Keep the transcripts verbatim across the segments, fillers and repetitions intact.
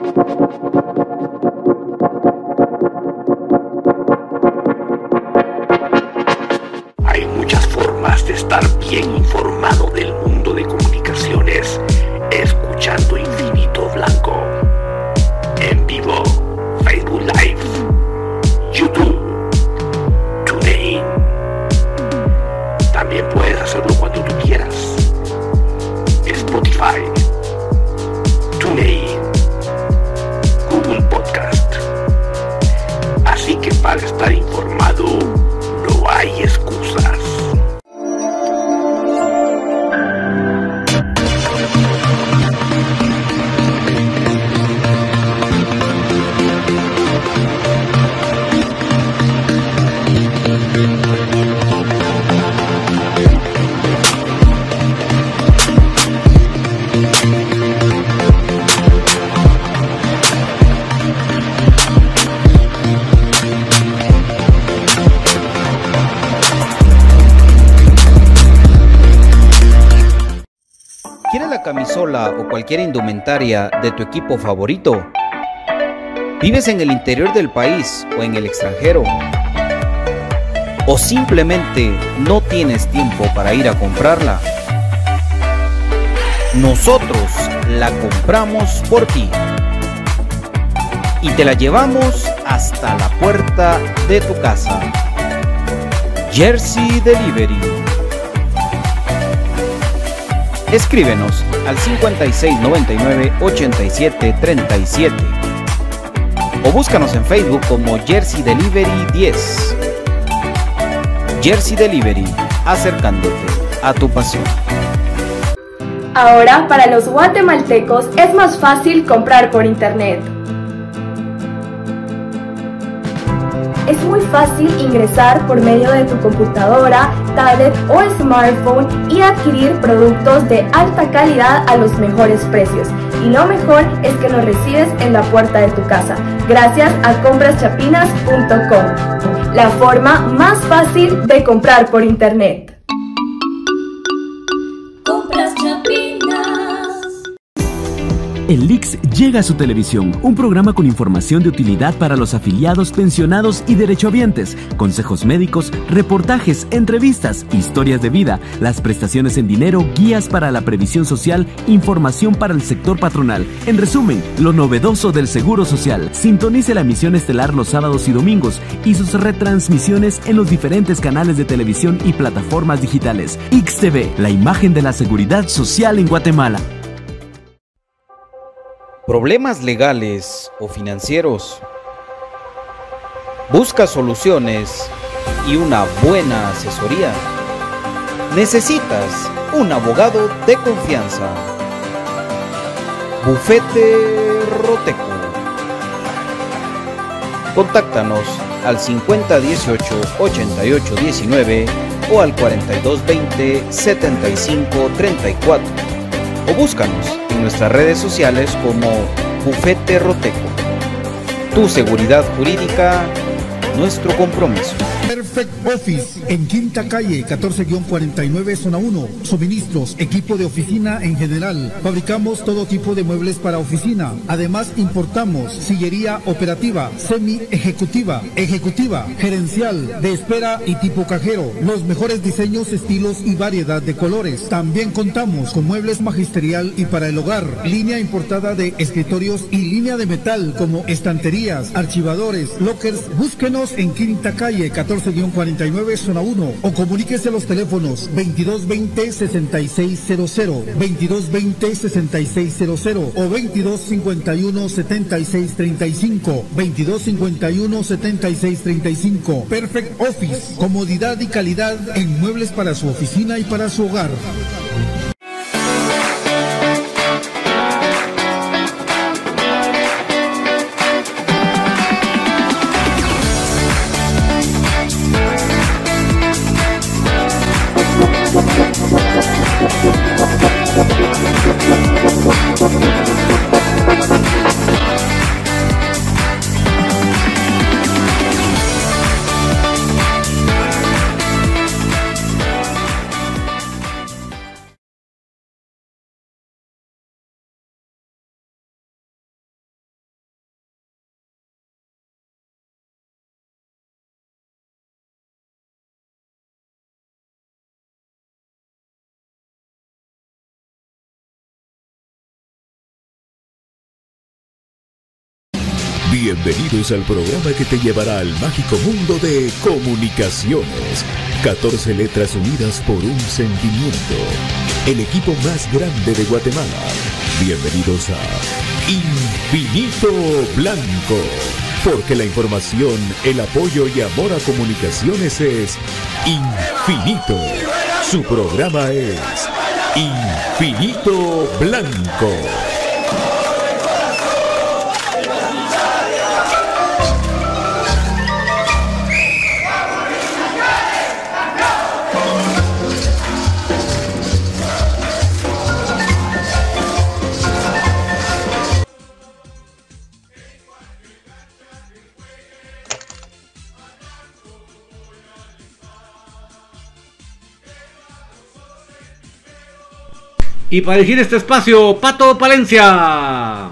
Hay muchas formas de estar bien informado del mundo de comunicaciones escuchando Infinito Blanco. En vivo, Facebook Live, YouTube, TuneIn. También puedes hacerlo cuando tú quieras. Spotify, TuneIn, Google Podcast. Así que para estar informado no hay excusas. ¿Quieres la camisola o cualquier indumentaria de tu equipo favorito? ¿Vives en el interior del país o en el extranjero? ¿O simplemente no tienes tiempo para ir a comprarla? Nosotros la compramos por ti y te la llevamos hasta la puerta de tu casa. Jersey Delivery. Escríbenos al cincuenta y seis noventa y nueve ochenta y siete treinta y siete o búscanos en Facebook como Jersey Delivery diez. Jersey Delivery, acercándote a tu pasión. Ahora, para los guatemaltecos es más fácil comprar por internet. Es muy fácil ingresar por medio de tu computadora, tablet o smartphone y adquirir productos de alta calidad a los mejores precios. Y lo mejor es que los recibes en la puerta de tu casa, gracias a compras chapinas punto com, la forma más fácil de comprar por internet. Compras Chapinas. El I X llega a su televisión, un programa con información de utilidad para los afiliados, pensionados y derechohabientes, consejos médicos, reportajes, entrevistas, historias de vida, las prestaciones en dinero, guías para la previsión social, información para el sector patronal. En resumen, lo novedoso del Seguro Social. Sintonice la emisión estelar los sábados y domingos y sus retransmisiones en los diferentes canales de televisión y plataformas digitales. I X T V, la imagen de la seguridad social en Guatemala. ¿Problemas legales o financieros? ¿Buscas soluciones y una buena asesoría? Necesitas un abogado de confianza. Bufete Roteco. Contáctanos al cincuenta dieciocho ochenta y ocho diecinueve o al cuarenta y dos veinte setenta y cinco treinta y cuatro o búscanos en nuestras redes sociales como Bufete Roteco. Tu seguridad jurídica, nuestro compromiso. Perfect Office en Quinta Calle catorce cuarenta y nueve zona uno. Suministros, equipo de oficina en general. Fabricamos todo tipo de muebles para oficina. Además importamos sillería operativa, semi ejecutiva, ejecutiva, gerencial, de espera y tipo cajero. Los mejores diseños, estilos y variedad de colores. También contamos con muebles magisterial y para el hogar. Línea importada de escritorios y línea de metal como estanterías, archivadores, lockers. Búsquenos en Quinta Calle catorce cuarenta y nueve zona uno o comuníquese a los teléfonos veintidós veinte sesenta y seis cero cero, veintidós veinte sesenta y seis cero cero o veintidós cincuenta y uno setenta y seis treinta y cinco, veintidós cincuenta y uno setenta y seis treinta y cinco. Perfect Office, comodidad y calidad en muebles para su oficina y para su hogar. Bienvenidos al programa que te llevará al mágico mundo de comunicaciones. catorce letras unidas por un sentimiento. El equipo más grande de Guatemala. Bienvenidos a Infinito Blanco. Porque la información, el apoyo y amor a comunicaciones es infinito. Su programa es Infinito Blanco. Y para dirigir este espacio, Pato Palencia.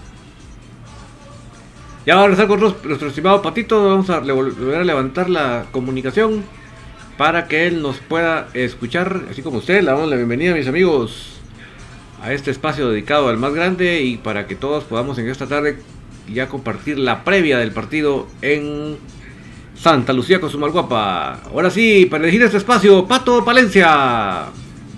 Ya va a regresar con nosotros nuestro estimado Patito. Vamos a volver a levantar la comunicación para que él nos pueda escuchar, así como usted. Le damos la bienvenida, mis amigos, a este espacio dedicado al más grande, y para que todos podamos en esta tarde ya compartir la previa del partido en Santa Lucía con Cozumalguapa. Ahora sí, para dirigir este espacio, Pato Palencia.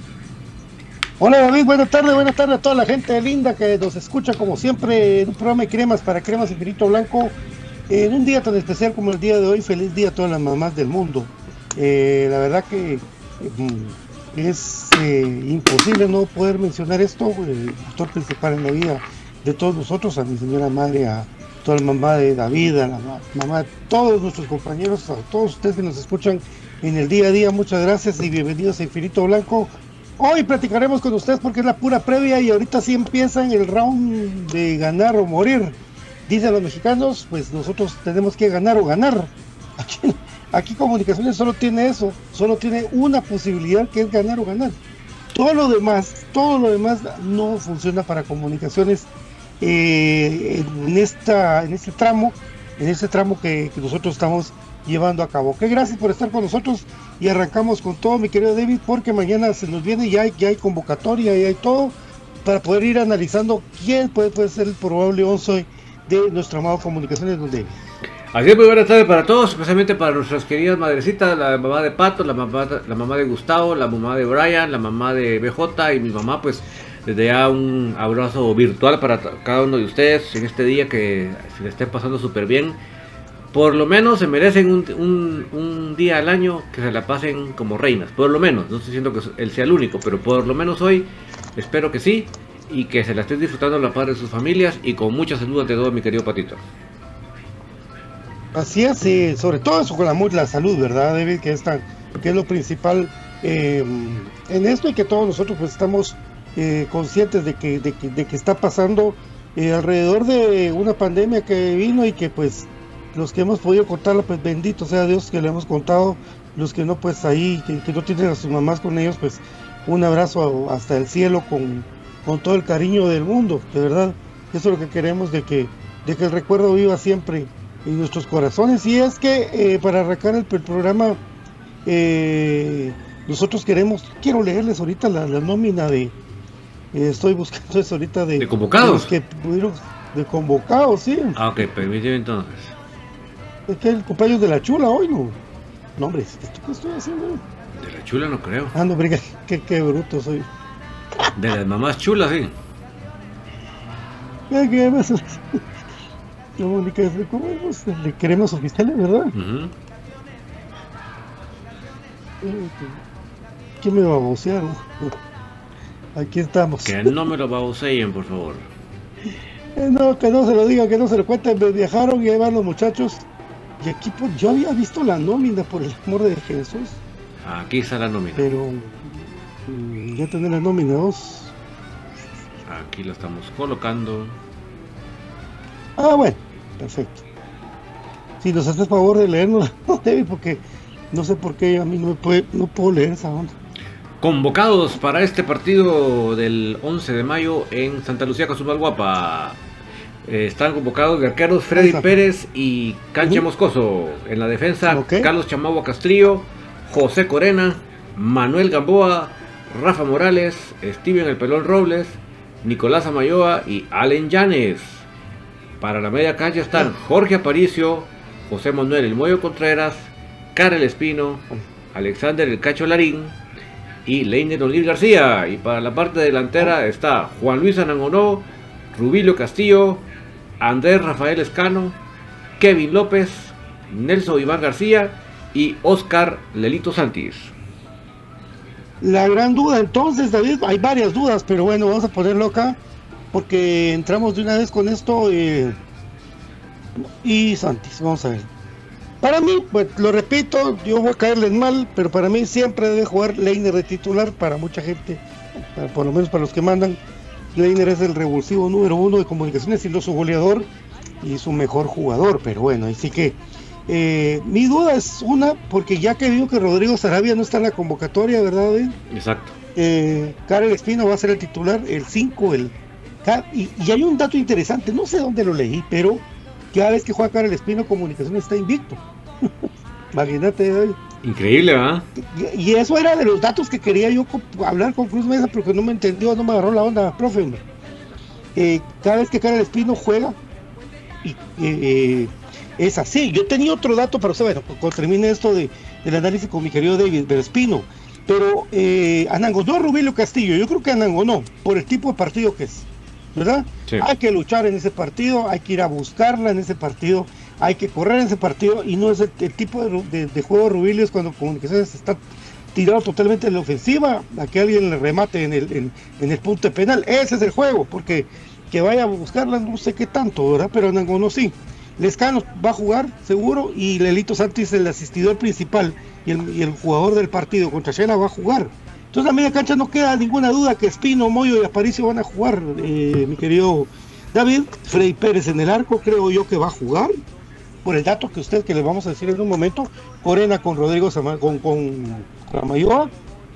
Hola David, buenas tardes, buenas tardes a toda la gente linda que nos escucha como siempre en un programa de cremas para Cremas Infinito Blanco. En un día tan especial como el día de hoy, feliz día a todas las mamás del mundo. Eh, la verdad que eh, es eh, imposible no poder mencionar esto, el factor principal en la vida de todos nosotros, a mi señora madre, a toda la mamá de David, a la mamá de todos nuestros compañeros, a todos ustedes que nos escuchan en el día a día. Muchas gracias y bienvenidos a Infinito Blanco. Hoy platicaremos con ustedes porque es la pura previa y ahorita sí empieza en el round de ganar o morir. Dicen los mexicanos, pues nosotros tenemos que ganar o ganar. Aquí, aquí Comunicaciones solo tiene eso, solo tiene una posibilidad, que es ganar o ganar. Todo lo demás, todo lo demás no funciona para Comunicaciones eh, en esta, en este tramo, en este tramo que, que nosotros estamos llevando a cabo. Que gracias por estar con nosotros y arrancamos con todo, mi querido David, porque mañana se nos viene, ya hay, ya hay convocatoria, ya hay todo para poder ir analizando quién puede, puede ser el probable once de nuestra amada Comunicaciones, don David. Así es, muy buenas tardes para todos, especialmente para nuestras queridas madrecitas, la mamá de Pato, la mamá, la mamá de Gustavo, la mamá de Brian, la mamá de B J y mi mamá. Pues desde ya un abrazo virtual para cada uno de ustedes en este día, que se le estén pasando súper bien. Por lo menos se merecen un, un, un día al año que se la pasen como reinas, por lo menos. No estoy diciendo que él sea el único, pero por lo menos hoy espero que sí, y que se la estén disfrutando la paz de sus familias y con mucha salud ante todo, mi querido Patito. Así es, eh, sobre todo eso con la, la salud, ¿verdad, David? Que es, tan, que es lo principal eh, en esto, y que todos nosotros pues estamos eh, conscientes de que, de que, de que está pasando eh, alrededor de una pandemia que vino, y que pues los que hemos podido contarla, pues bendito sea Dios que le hemos contado. Los que no, pues ahí, que, que no tienen a sus mamás con ellos, pues un abrazo hasta el cielo con, con todo el cariño del mundo, de verdad. Eso es lo que queremos, de que, de que el recuerdo viva siempre en nuestros corazones. Y es que eh, para arrancar el, el programa, eh, nosotros queremos, quiero leerles ahorita la, la nómina de, eh, estoy buscando eso ahorita de... ¿De convocados? De, que pudieron, de convocados, sí. Ah, ok, permíteme entonces. Es que el cumpleaños de la Chula hoy, ¿no? No, hombre, ¿qué estoy haciendo? De la Chula no creo. Ah, no, hombre, qué, qué bruto soy. De las mamás chulas, sí. ¿Qué, qué pasa? ¿Cómo le queremos oficiales, verdad? Uh-huh. ¿Quién me va a babosear? Aquí estamos. Que no me lo baboseen, por favor. Eh, no, que no se lo digan, que no se lo cuenten. Viajaron y ahí van los muchachos. Y aquí pues, yo había visto la nómina, por el amor de Jesús. Aquí está la nómina. Pero mm, ya tener la nómina dos. Aquí la estamos colocando. Ah, bueno, perfecto. Si nos haces favor de leernos, David, porque no sé por qué a mí no, me puede, no puedo leer esa onda. Convocados para este partido del once de mayo en Santa Lucía, Cozumalguapa. Eh, están convocados de arqueros Freddy Esa. Pérez y Cancha uh-huh. Moscoso. En la defensa, okay. Carlos Chamagua Castrillo, José Corena, Manuel Gamboa, Rafa Morales, Steven El Pelón Robles, Nicolás Amayoa y Allen Llanes. Para la media cancha están Jorge Aparicio, José Manuel El Moyo Contreras, Karel Espino, Alexander El Cacho Larín y Leiner O'Neill García. Y para la parte delantera está Juan Luis Anangonó, Rubilio Castillo, Andrés Rafael Escano, Kevin López, Nelson Iván García y Oscar Lelito Santis. La gran duda entonces, David, hay varias dudas, pero bueno, vamos a ponerlo acá porque entramos de una vez con esto. Eh, y Santis, vamos a ver. Para mí, pues lo repito, yo voy a caerles mal, pero para mí siempre debe jugar Leiner de titular. Para mucha gente, para, por lo menos para los que mandan, Leiner es el revulsivo número uno de Comunicaciones, siendo su goleador y su mejor jugador. Pero bueno, así que eh, mi duda es una, porque ya que digo que Rodrigo Sarabia no está en la convocatoria, ¿verdad, David? Exacto. Eh, Karel Espino va a ser el titular, el cinco, el y, y hay un dato interesante, no sé dónde lo leí, pero cada vez que juega Karel Espino, Comunicaciones está invicto. Imagínate, David. Increíble, ¿verdad? Y, y eso era de los datos que quería yo co- hablar con Cruz Mesa, porque no me entendió, no me agarró la onda, profe. Eh, cada vez que Karel Espino juega, y, eh, es así. Yo tenía otro dato para usted, bueno, cuando termine esto de, del análisis con mi querido David Espino, pero eh, Anangonó, Rubilio Castillo, yo creo que Anangonó, por el tipo de partido que es, ¿verdad? Sí. Hay que luchar en ese partido, hay que ir a buscarla en ese partido, hay que correr en ese partido, y no es el, el tipo de, de, de juego de Rubilio es cuando Comunicaciones está tirado totalmente en la ofensiva, a que alguien le remate en el, en, en el punto de penal. Ese es el juego, porque que vaya a buscarla no sé qué tanto, ¿verdad? Pero Anangonó sí. Lescano va a jugar seguro, y Lelito Santis, el asistidor principal y el, y el jugador del partido contra Shela, va a jugar. Entonces, a media cancha no queda ninguna duda que Espino, Moyo y Aparicio van a jugar, eh, mi querido David. Freddy Pérez en el arco, creo yo que va a jugar, por el dato que usted, que le vamos a decir en un momento. Corena con Rodrigo Sama, con, con Samayoa,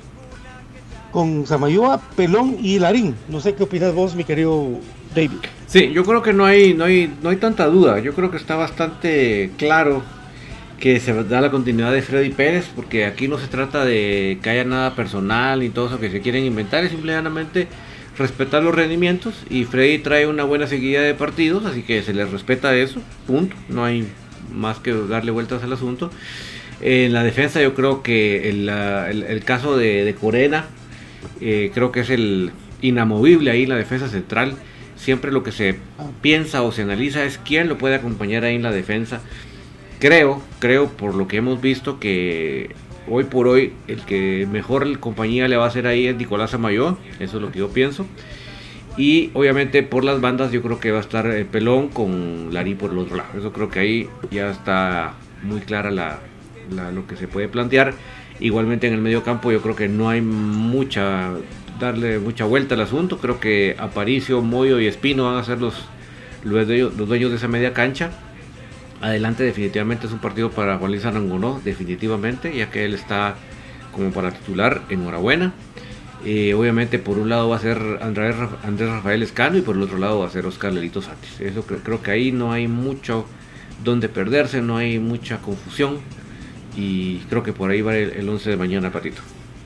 con Samayoa, Pelón y Larín. No sé qué opinas vos, mi querido David. Sí, yo creo que no hay, no hay, no hay tanta duda. Yo creo que está bastante claro que se da la continuidad de Freddy Pérez, porque aquí no se trata de que haya nada personal ni todo eso que se quieren inventar, es simplemente respetar los rendimientos, y Freddy trae una buena seguida de partidos, así que se les respeta eso, punto. No hay más que darle vueltas al asunto. En la defensa yo creo que el, el, el caso de, de Corena, eh, creo que es el inamovible ahí en la defensa central. Siempre lo que se piensa o se analiza es quién lo puede acompañar ahí en la defensa. Creo, creo por lo que hemos visto, que hoy por hoy el que mejor compañía le va a hacer ahí es Nicolás Samayoa. Eso es lo que yo pienso. Y obviamente por las bandas yo creo que va a estar el Pelón con Larín por el otro lado. Eso creo que ahí ya está muy clara la, la, lo que se puede plantear. Igualmente en el medio campo yo creo que no hay mucha, darle mucha vuelta al asunto. Creo que Aparicio, Moyo y Espino van a ser los, los, dueños, los dueños de esa media cancha. Adelante definitivamente es un partido para Juan Luis Anangonó, definitivamente, ya que él está como para titular. Enhorabuena. Eh, obviamente por un lado va a ser Andrés, Andrés Rafael Escano, y por el otro lado va a ser Oscar Lelito Santis. Eso creo, creo que ahí no hay mucho donde perderse, no hay mucha confusión, y creo que por ahí va el, el once de mañana, Patito.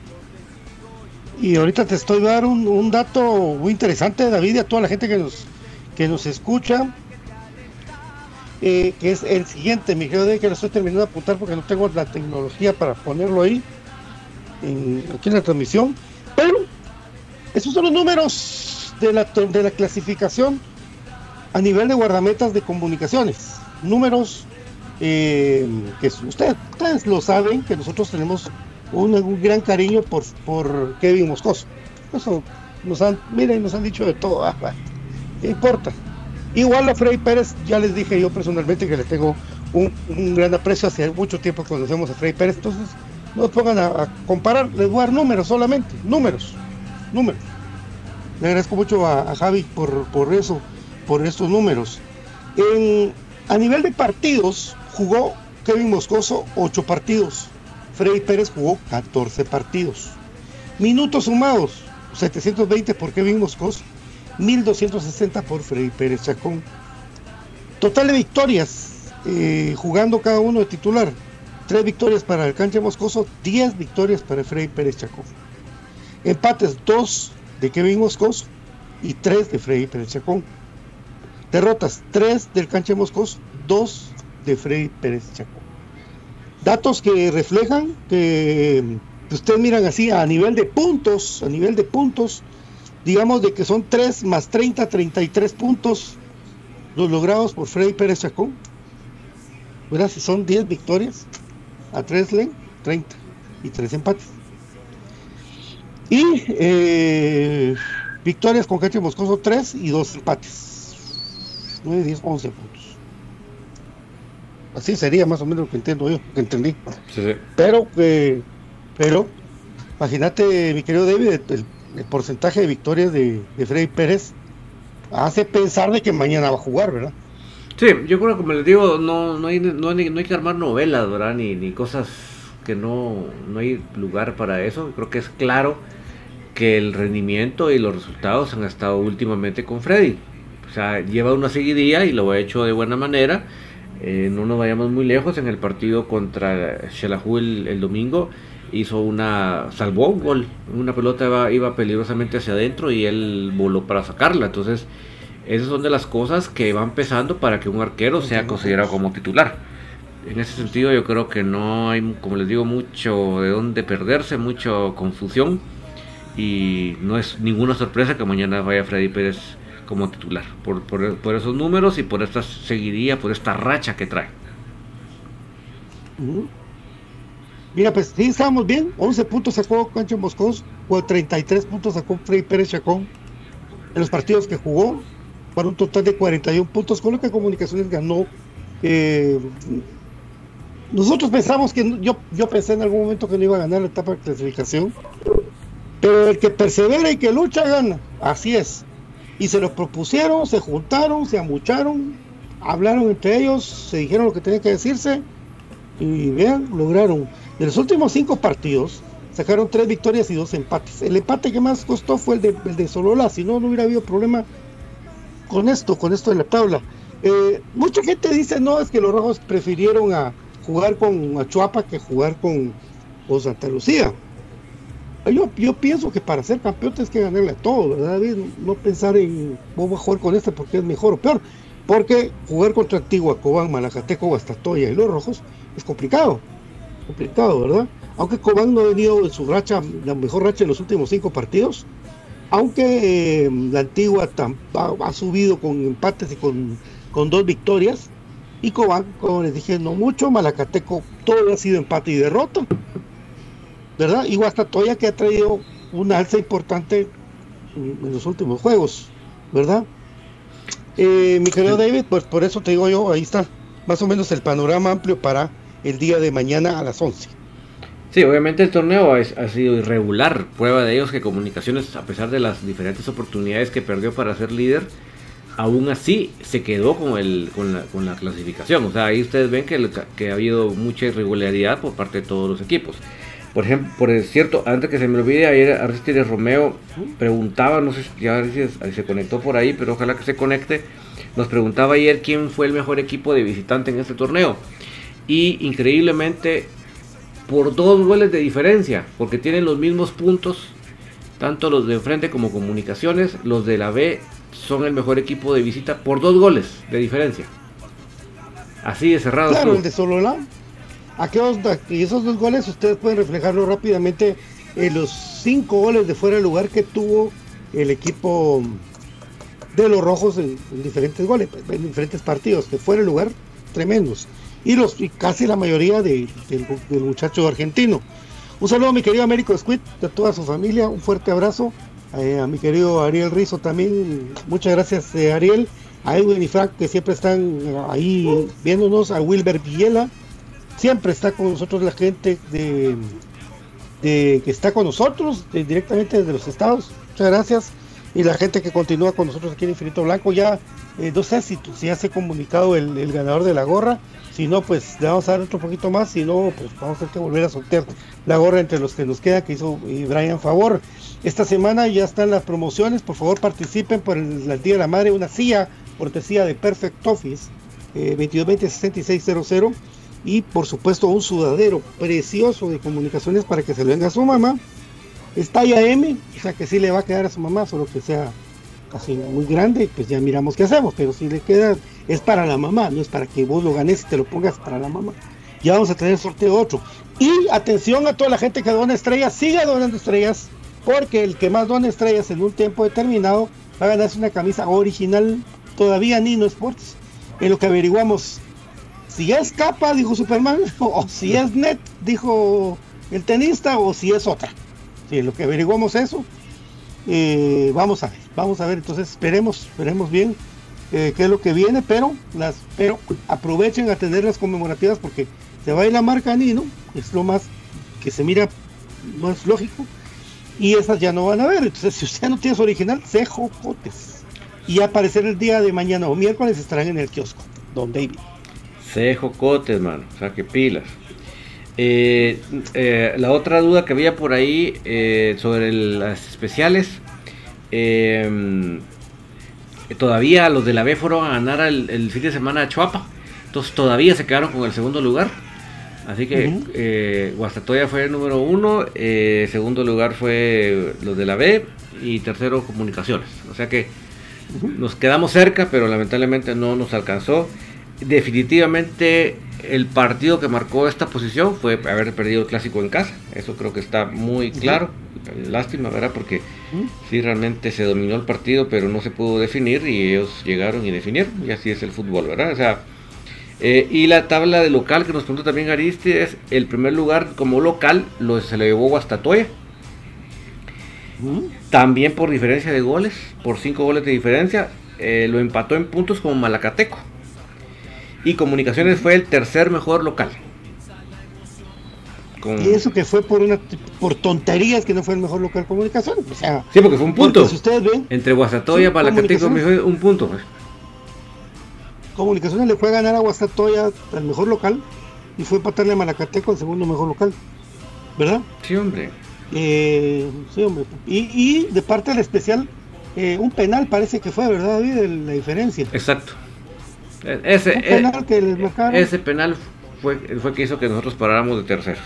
Y ahorita te estoy dando un, un dato muy interesante, David, y a toda la gente que nos, que nos escucha. Eh, que es el siguiente, mi querido David, que lo estoy terminando de apuntar porque no tengo la tecnología para ponerlo ahí en, aquí en la transmisión, pero esos son los números de la, de la clasificación a nivel de guardametas de Comunicaciones. Números eh, que ustedes, ustedes lo saben, que nosotros tenemos un, un gran cariño por, por Kevin Moscoso. Eso nos han, miren, nos han dicho de todo. Ah, ¿qué importa? Igual a Freddy Pérez, ya les dije yo personalmente que le tengo un, un gran aprecio. Hace mucho tiempo conocemos a Freddy Pérez, entonces no nos pongan a, a comparar, les voy a dar números solamente, números, números. Le agradezco mucho a, a Javi por, por eso, por estos números. En, a nivel de partidos, jugó Kevin Moscoso ocho partidos, Freddy Pérez jugó catorce partidos. Minutos sumados, setecientos veinte por Kevin Moscoso, mil doscientos sesenta por Freddy Pérez Chacón. Total de victorias, eh, jugando cada uno de titular, tres victorias para el Cancha Moscoso, diez victorias para Freddy Pérez Chacón. Empates, dos de Kevin Moscoso y tres de Freddy Pérez Chacón. derrotas, tres del Cancha de Moscos, dos de Freddy Pérez Chacón. Datos que reflejan que, que ustedes miran así a nivel de puntos, a nivel de puntos, digamos de que son tres más treinta, treinta y tres puntos los logrados por Freddy Pérez Chacón. ¿Verdad? Si son diez victorias, a tres len, treinta y tres empates. Y eh, victorias con Cancha de Moscoso, tres y dos empates. nueve, diez, once puntos. Así sería más o menos lo que entiendo yo, que entendí. Sí, sí. Pero, eh, pero, imagínate, mi querido David, el, el porcentaje de victorias de, de Freddy Pérez hace pensar de que mañana va a jugar, ¿verdad? Sí, yo creo que, como les digo, no, no, hay, no, hay, no hay que armar novelas, ¿verdad? Ni, ni cosas que no, no hay lugar para eso. Creo que es claro que el rendimiento y los resultados han estado últimamente con Freddy. O sea, lleva una seguidilla y lo ha hecho de buena manera. Eh, no nos vayamos muy lejos. En el partido contra Xelajú el, el domingo hizo una, salvó un gol, una pelota iba, iba peligrosamente hacia adentro y él voló para sacarla. Entonces esas son de las cosas que van pesando para que un arquero sea considerado como titular. En ese sentido yo creo que no hay, como les digo, mucho de dónde perderse, mucha confusión, y no es ninguna sorpresa que mañana vaya Freddy Pérez como titular, por, por, por esos números y por esta seguidilla, por esta racha que trae. Uh-huh. Mira, pues sí, estábamos bien. once puntos sacó Cancha Moscos, treinta y tres puntos sacó Freddy Pérez Chacón en los partidos que jugó, para un total de cuarenta y uno puntos, con lo que Comunicaciones ganó. Eh, nosotros pensamos que, yo, yo pensé en algún momento que no iba a ganar la etapa de clasificación, pero el que persevera y que lucha gana, así es. Y se lo propusieron, se juntaron, se amucharon, hablaron entre ellos, se dijeron lo que tenía que decirse, y vean, lograron. De los últimos cinco partidos sacaron tres victorias y dos empates. El empate que más costó fue el de, el de Solola, si no, no hubiera habido problema con esto, con esto de la tabla. Eh, mucha gente dice, no, es que los rojos prefirieron a jugar con Achuapa que jugar con, con Santa Lucía. Yo, yo pienso que para ser campeón tienes que ganarle a todo, ¿verdad, David? No pensar en, vamos a jugar con este porque es mejor o peor, porque jugar contra Antigua, Cobán, Malacateco, Guastatoya y los rojos es complicado, complicado, ¿verdad? Aunque Cobán no ha venido en su racha, la mejor racha en los últimos cinco partidos, aunque eh, la Antigua tam, ha, ha subido con empates y con, con dos victorias, y Cobán, como les dije, no mucho. Malacateco todo ha sido empate y derrota, ¿verdad? Y Guastatoya, que ha traído una alza importante en, en los últimos juegos, ¿verdad? Eh, mi querido David, pues por eso te digo yo, ahí está más o menos el panorama amplio para el día de mañana a las once. Sí, obviamente el torneo ha, ha sido irregular. Prueba de ello es que Comunicaciones, a pesar de las diferentes oportunidades que perdió para ser líder, aún así se quedó con, el, con, la, con la clasificación. O sea, ahí ustedes ven que, el, que ha habido mucha irregularidad por parte de todos los equipos. Por ejemplo, por cierto, antes que se me olvide, ayer Aristides Romeo preguntaba, no sé si ya se conectó por ahí, pero ojalá que se conecte, nos preguntaba ayer quién fue el mejor equipo de visitante en este torneo. Y increíblemente, por dos goles de diferencia, porque tienen los mismos puntos, tanto los de enfrente como Comunicaciones, los de la B son el mejor equipo de visita por dos goles de diferencia. Así de cerrado. Claro, el de Solola. Aquellos, y esos dos goles ustedes pueden reflejarlo rápidamente en los cinco goles de fuera de lugar que tuvo el equipo de los rojos en, en diferentes goles, en diferentes partidos, de fuera de lugar, tremendos. Y los y casi la mayoría de, de, del muchacho argentino. Un saludo a mi querido Américo Squid, a toda su familia, un fuerte abrazo. Eh, a mi querido Ariel Rizo también, muchas gracias eh, Ariel, a Edwin y Frank que siempre están ahí viéndonos, a Wilber Villela, siempre está con nosotros la gente de, de que está con nosotros de, directamente desde los estados, muchas gracias, y la gente que continúa con nosotros aquí en Infinito Blanco. Ya eh, no sé si, si ya se ha comunicado el, el ganador de la gorra, si no pues le vamos a dar otro poquito más, si no pues vamos a tener que volver a sortear la gorra entre los que nos queda, que hizo eh, Brian favor. Esta semana ya están las promociones, por favor participen por el, el Día de la Madre, una silla cortesía de Perfect Office, eh, veintidós veinte, sesenta y seis cero cero, y por supuesto un sudadero precioso de Comunicaciones para que se lo venga a su mamá. Es talla M, o sea que sí le va a quedar a su mamá, solo que sea así muy grande, pues ya miramos qué hacemos, pero si le queda, es para la mamá, no es para que vos lo ganes y te lo pongas para la mamá. Ya vamos a tener sorteo otro. Y atención a toda la gente que dona estrellas, siga donando estrellas, porque el que más dona estrellas en un tiempo determinado va a ganarse una camisa original, todavía Nino Sports. En lo que averiguamos si es capa, dijo Superman, o si es net, dijo el tenista, o si es otra. Sí, en lo que averiguamos eso, eh, vamos a ver, vamos a ver, entonces esperemos, esperemos bien eh, qué es lo que viene, pero las, pero aprovechen a tener las conmemorativas porque se va a ir la marca Nino, es lo más que se mira, no es lógico, y esas ya no van a ver. Entonces si usted no tiene su original, se jocotes, y aparecer el día de mañana o miércoles estarán en el kiosco, Don David. Se jocotes, mano, o sea que pilas. Eh, eh, la otra duda que había por ahí eh, sobre el, las especiales, eh, todavía los de la B fueron a ganar el, el fin de semana a Chuapa, entonces todavía se quedaron con el segundo lugar. Así que uh-huh. eh, Guastatoya fue el número uno, eh, segundo lugar fue los de la B y tercero Comunicaciones. O sea que uh-huh. nos quedamos cerca, pero lamentablemente no nos alcanzó. Definitivamente el partido que marcó esta posición fue haber perdido el clásico en casa. Eso creo que está muy claro. Uh-huh. Lástima, ¿verdad? Porque uh-huh. sí realmente se dominó el partido, pero no se pudo definir y ellos llegaron y definieron. Y así es el fútbol, ¿verdad? O sea... Eh, y la tabla de local que nos preguntó también Aristides, el primer lugar como local lo, se lo llevó Guastatoya, ¿Mm? también por diferencia de goles, por cinco goles de diferencia, eh, lo empató en puntos como Malacateco, y Comunicaciones fue el tercer mejor local. Con... Y eso que fue por una por tonterías que no fue el mejor local Comunicaciones, o sea, sí, porque fue un punto, si ustedes ven, entre Guastatoya y sí, Malacateco un punto, pues. Comunicaciones le fue a ganar a Guastatoya, el mejor local, y fue a empatarle a Malacateco, el segundo mejor local, ¿verdad? Sí, hombre. Eh, sí, hombre. Y, y de parte del especial, eh, un penal parece que fue, ¿verdad, David? La diferencia. Exacto. Ese, un penal eh, que les marcaron. Ese penal fue, fue que hizo que nosotros paráramos de terceros.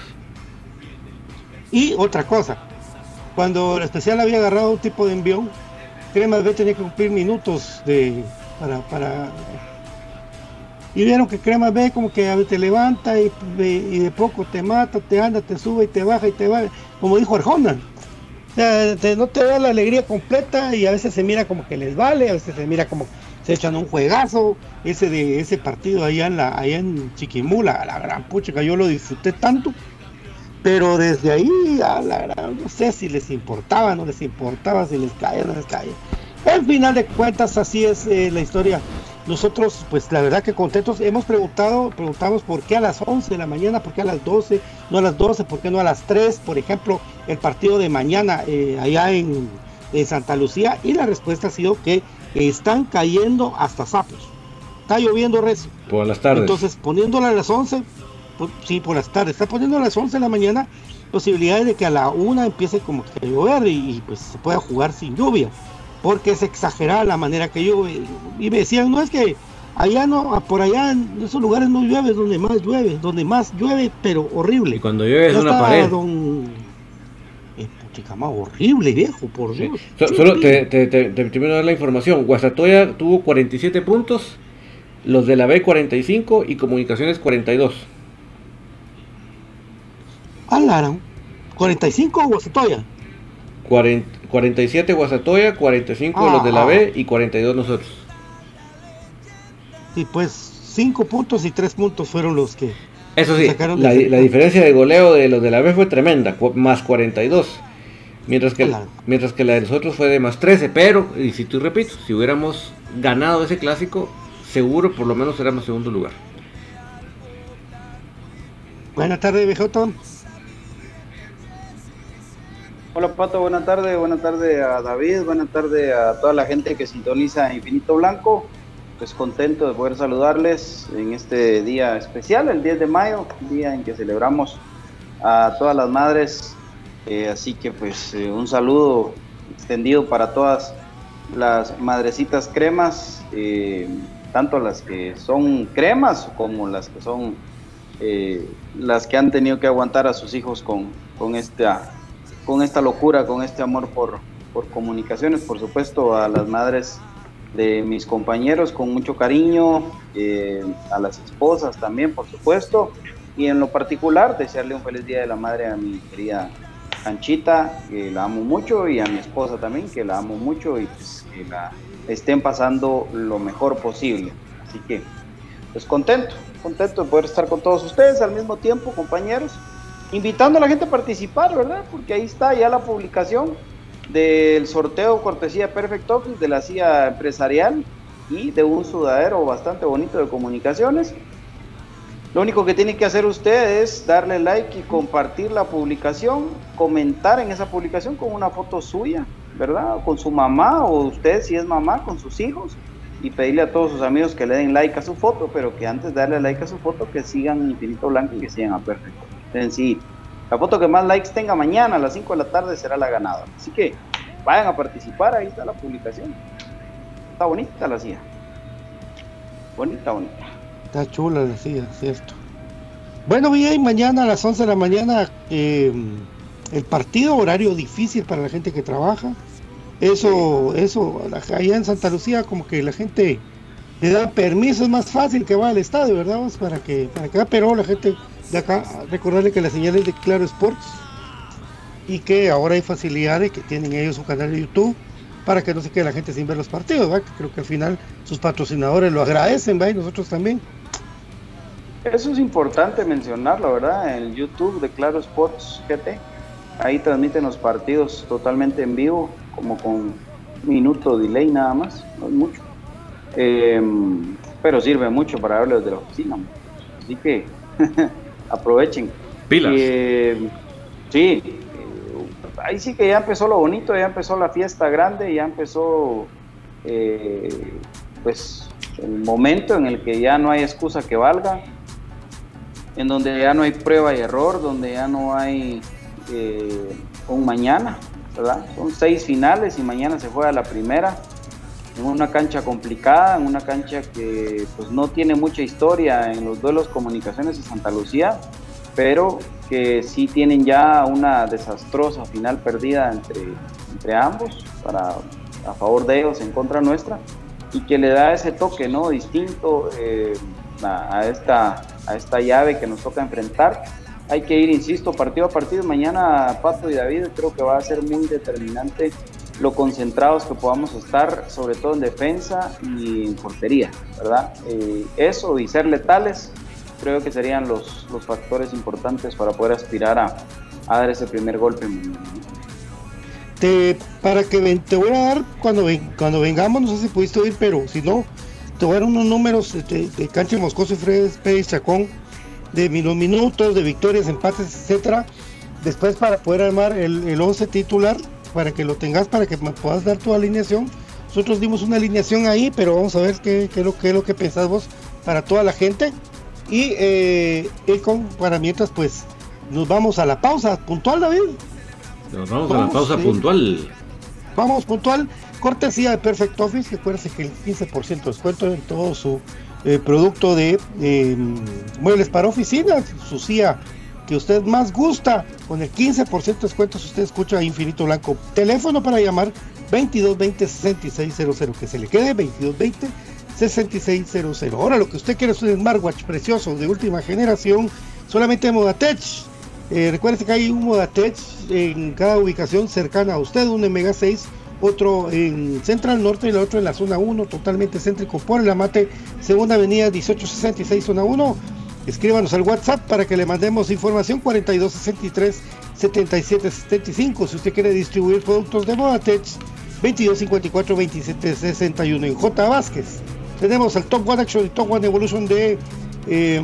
Y otra cosa, cuando el especial había agarrado un tipo de envión, Cremas B tenía que cumplir minutos de para... para y vieron que Cremas B como que te levanta y, y de poco te mata, te anda, te sube y te baja y te va, como dijo Arjona. O sea, te, no te da la alegría completa y a veces se mira como que les vale, a veces se mira como se echan un juegazo. Ese de ese partido allá en la allá en Chiquimula, la gran pucha, yo lo disfruté tanto, pero desde ahí a la gran, no sé si les importaba, no les importaba, si les caía, no les caía. Al final de cuentas así es eh, la historia. Nosotros, pues la verdad que contentos, hemos preguntado, preguntamos por qué a las once de la mañana, por qué a las doce, no a las doce, por qué no a las tres, por ejemplo, el partido de mañana eh, allá en, en Santa Lucía, y la respuesta ha sido que eh, están cayendo hasta sapos, está lloviendo recio. Por las tardes. Entonces, poniéndola a las once, por, sí, por las tardes, está poniendo a las once de la mañana, posibilidades de que a la una empiece como que a llover y, y pues se pueda jugar sin lluvia. Porque es exagerada la manera que llueve, y me decían, no es que allá no, por allá en esos lugares no llueve, es donde más llueve, donde más llueve, pero horrible. Y cuando llueve es ya una pared. Don... Eh, chica, más horrible, viejo, por Dios. Sí. So, solo te, te, te, te termino de dar la información. Guastatoya tuvo cuarenta y siete puntos, los de la B cuarenta y cinco y Comunicaciones cuarenta y dos. Alaran, ¿cuarenta y cinco Guastatoya? cuarenta y siete Guastatoya, cuarenta y cinco ah, los de la ah. B y cuarenta y dos nosotros. Sí, pues cinco puntos y tres puntos fueron los que eso sí, sacaron la, la diferencia de goleo de los de la B fue tremenda, más cuarenta y dos, mientras que, claro. mientras que la de nosotros fue de más trece, pero, y si tú repito, si hubiéramos ganado ese clásico, seguro por lo menos éramos segundo lugar. Buenas tardes, B J. Hola Pato, buenas tardes, buenas tardes a David, buenas tardes a toda la gente que sintoniza Infinito Blanco. Pues contento de poder saludarles en este día especial, el diez de mayo, día en que celebramos a todas las madres, eh, así que pues eh, un saludo extendido para todas las madrecitas cremas, eh, tanto las que son cremas como las que son eh, las que han tenido que aguantar a sus hijos con, con esta con esta locura, con este amor por, por comunicaciones, por supuesto, a las madres de mis compañeros con mucho cariño, eh, a las esposas también, por supuesto, y en lo particular desearle un feliz Día de la Madre a mi querida Canchita, que la amo mucho, y a mi esposa también, que la amo mucho, y pues que la estén pasando lo mejor posible. Así que, pues contento, contento de poder estar con todos ustedes al mismo tiempo, compañeros, invitando a la gente a participar, ¿verdad? Porque ahí está ya la publicación del sorteo cortesía Perfect Office de la C I A empresarial y de un sudadero bastante bonito de comunicaciones. Lo único que tiene que hacer usted es darle like y compartir la publicación, comentar en esa publicación con una foto suya, ¿verdad? Con su mamá, o usted si es mamá, con sus hijos, y pedirle a todos sus amigos que le den like a su foto, pero que antes de darle like a su foto que sigan Infinito Blanco y que sigan a Perfect Office. Sencillo. La foto que más likes tenga mañana a las cinco de la tarde será la ganadora. Así que vayan a participar, ahí está la publicación. Está bonita la C I A. Bonita, bonita. Está chula la C I A, cierto. Bueno, bien, mañana a las once de la mañana eh, el partido, horario difícil para la gente que trabaja. Eso, eso, allá en Santa Lucía como que la gente le da permiso, es más fácil que vaya al estadio, ¿verdad? Pues para que, para que, pero la gente de acá, recordarle que la señal es de Claro Sports y que ahora hay facilidades, que tienen ellos un canal de YouTube para que no se quede la gente sin ver los partidos, ¿verdad? Que creo que al final sus patrocinadores lo agradecen, ¿verdad? Y nosotros también. Eso es importante mencionarlo, ¿verdad? En el YouTube de Claro Sports G T, ahí transmiten los partidos totalmente en vivo, como con un minuto de delay nada más, no es mucho, eh, pero sirve mucho para verlos de la oficina, así que aprovechen. Pilas. Eh, sí, eh, ahí sí que ya empezó lo bonito, ya empezó la fiesta grande, ya empezó eh, pues el momento en el que ya no hay excusa que valga, en donde ya no hay prueba y error, donde ya no hay eh, un mañana, ¿verdad? Son seis finales y mañana se juega la primera en una cancha complicada, en una cancha que pues no tiene mucha historia en los duelos Comunicaciones de Santa Lucía, pero que sí tienen ya una desastrosa final perdida entre, entre ambos, para, a favor de ellos, en contra nuestra, y que le da ese toque, ¿no?, distinto eh, a, a, esta, a esta llave que nos toca enfrentar. Hay que ir, insisto, partido a partido. Mañana Pato y David creo que va a ser muy determinante lo concentrados que podamos estar, sobre todo en defensa y en portería, ¿verdad? Eh, eso y ser letales creo que serían los, los factores importantes para poder aspirar a, a dar ese primer golpe. Te, para que ven, te voy a dar cuando, ven, cuando vengamos, no sé si pudiste oír, pero si no, te voy a dar unos números de, de Cancha de Moscoso y Fred Pérez Chacón, de los minutos, de victorias, empates, etcétera. Después, para poder armar el, el once titular, para que lo tengas, para que me puedas dar tu alineación. Nosotros dimos una alineación ahí, pero vamos a ver qué, qué, es, lo, qué es lo que pensás vos para toda la gente. Y eh, Econ, para mientras, pues nos vamos a la pausa puntual, David. Nos vamos, vamos a la pausa sí. puntual. Vamos puntual, cortesía de Perfect Office. Recuerden que el quince por ciento de descuento en todo su eh, producto de eh, muebles para oficinas, su C I A que usted más gusta, con el quince por ciento de descuento si usted escucha Infinito Blanco. Teléfono para llamar veintidós veinte sesenta y seis cero cero, que se le quede veintidós veinte sesenta y seis cero cero. Ahora lo que usted quiere es un smartwatch precioso de última generación, solamente Modatech. Eh, recuerde que hay un Modatech en cada ubicación cercana a usted, uno en Mega seis, otro en Central Norte y el otro en la zona uno, totalmente céntrico por el Amate, segunda avenida dieciocho sesenta y seis, zona uno. Escríbanos al WhatsApp para que le mandemos información, cuarenta y dos sesenta y tres setenta y siete setenta y cinco. Si usted quiere distribuir productos de Modatech, veintidós cincuenta y cuatro veintisiete sesenta y uno. En J. Vázquez tenemos el Top One Action y Top One Evolution de eh,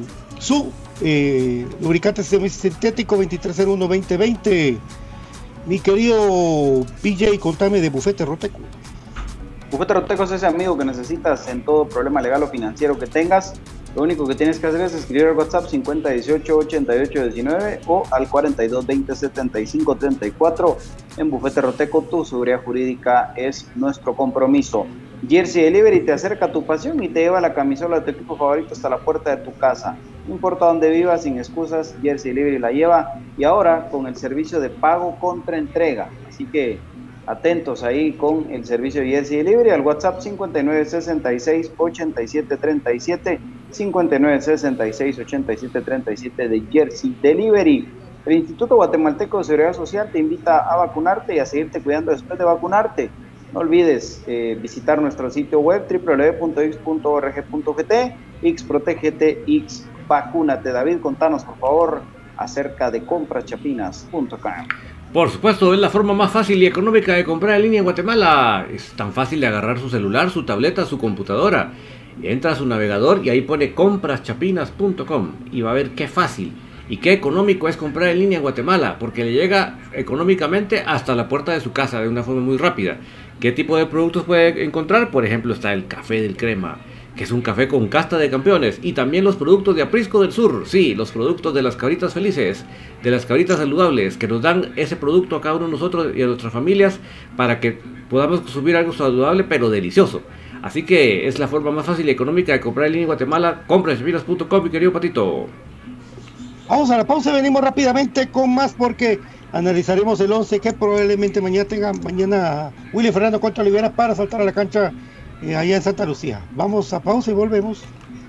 su eh, lubricante semisintético veintitrés cero uno veinte veinte. Mi querido P J, contame de Bufete Roteco. Bufete Roteco es ese amigo que necesitas en todo problema legal o financiero que tengas. Lo único que tienes que hacer es escribir al WhatsApp cincuenta dieciocho ochenta y ocho diecinueve o al cuarenta y dos veinte setenta y cinco treinta y cuatro. En Bufete Roteco, tu seguridad jurídica es nuestro compromiso. Jersey Delivery te acerca a tu pasión y te lleva la camisola de tu equipo favorito hasta la puerta de tu casa. No importa dónde vivas, sin excusas, Jersey Delivery la lleva, y ahora con el servicio de pago contra entrega. Así que atentos ahí con el servicio de Jersey Delivery al WhatsApp cincuenta y nueve sesenta y seis ochenta y siete treinta y siete, cincuenta y nueve sesenta y seis ochenta y siete treinta y siete de Jersey Delivery. El Instituto Guatemalteco de Seguridad Social te invita a vacunarte y a seguirte cuidando después de vacunarte. No olvides eh, visitar nuestro sitio web doble u doble u doble u punto ix punto org punto gt, Ix protégete, Ix vacúnate. David, contanos por favor acerca de compras chapinas punto com. Por supuesto, es la forma más fácil y económica de comprar en línea en Guatemala. Es tan fácil de agarrar su celular, su tableta, su computadora. Entra a su navegador y ahí pone compras chapinas punto com y va a ver qué fácil y qué económico es comprar en línea en Guatemala, porque le llega económicamente hasta la puerta de su casa de una forma muy rápida. ¿Qué tipo de productos puede encontrar? Por ejemplo, está el café del Crema, que es un café con casta de campeones, y también los productos de Aprisco del Sur, sí, los productos de las cabritas felices, de las cabritas saludables, que nos dan ese producto a cada uno de nosotros y a nuestras familias para que podamos consumir algo saludable pero delicioso. Así que es la forma más fácil y económica de comprar en línea en Guatemala. compras chapinas punto com, mi querido Patito. Vamos a la pausa y venimos rápidamente con más, porque analizaremos el once que probablemente mañana tenga mañana Willy Fernando contra Olivera para saltar a la cancha eh, allá en Santa Lucía. Vamos a pausa y volvemos.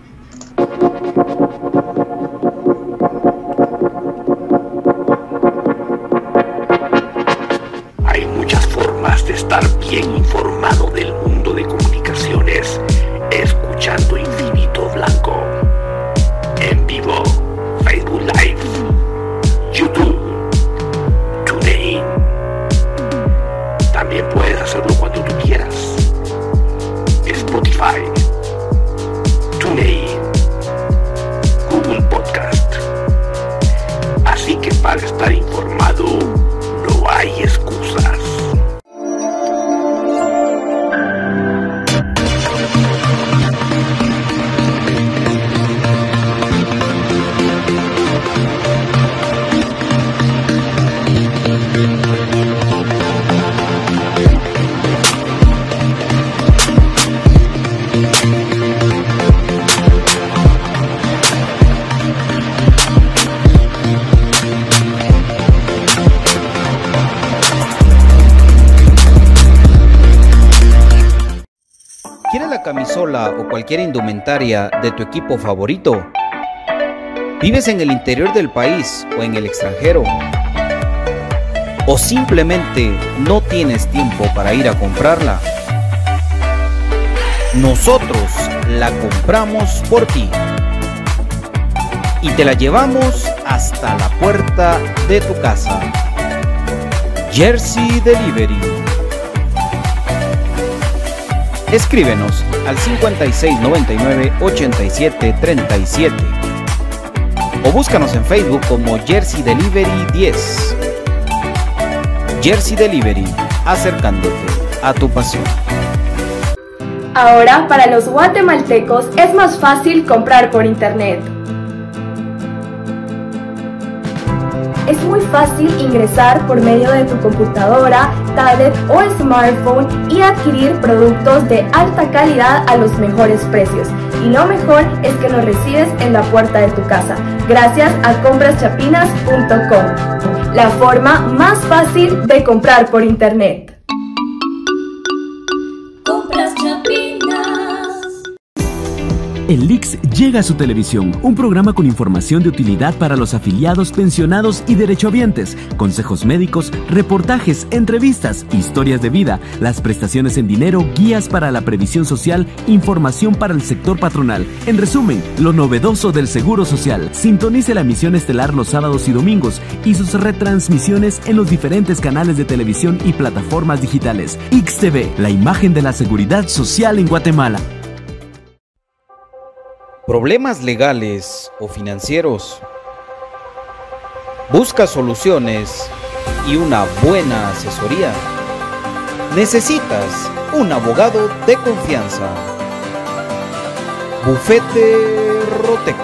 Hay muchas formas de estar bien informado del mundo de comunicaciones escuchando Infinito Blanco. En vivo, Facebook Live, YouTube, TuneIn. También puedes hacerlo cuando tú quieras. Spotify, TuneIn, Google Podcast. Así que para estar informado no hay excusas. ¿Quieres la camisola o cualquier indumentaria de tu equipo favorito? ¿Vives en el interior del país o en el extranjero? ¿O simplemente no tienes tiempo para ir a comprarla? Nosotros la compramos por ti y te la llevamos hasta la puerta de tu casa. Jersey Delivery. Escríbenos al cincuenta y seis noventa y nueve ochenta y siete treinta y siete o búscanos en Facebook como Jersey Delivery diez. Jersey Delivery, acercándote a tu pasión. Ahora, para los guatemaltecos es más fácil comprar por internet. Es muy fácil ingresar por medio de tu computadora, tablet o smartphone y adquirir productos de alta calidad a los mejores precios. Y lo mejor es que los recibes en la puerta de tu casa, gracias a compras chapinas punto com, la forma más fácil de comprar por internet. Compras Chapinas. El Ix llega a su televisión, un programa con información de utilidad para los afiliados, pensionados y derechohabientes, consejos médicos, reportajes, entrevistas, historias de vida, las prestaciones en dinero, guías para la previsión social, información para el sector patronal. En resumen, lo novedoso del Seguro Social. Sintonice la emisión estelar los sábados y domingos y sus retransmisiones en los diferentes canales de televisión y plataformas digitales. Ix T V, la imagen de la seguridad social en Guatemala. ¿Problemas legales o financieros? ¿Busca soluciones y una buena asesoría? Necesitas un abogado de confianza. Bufete Roteco.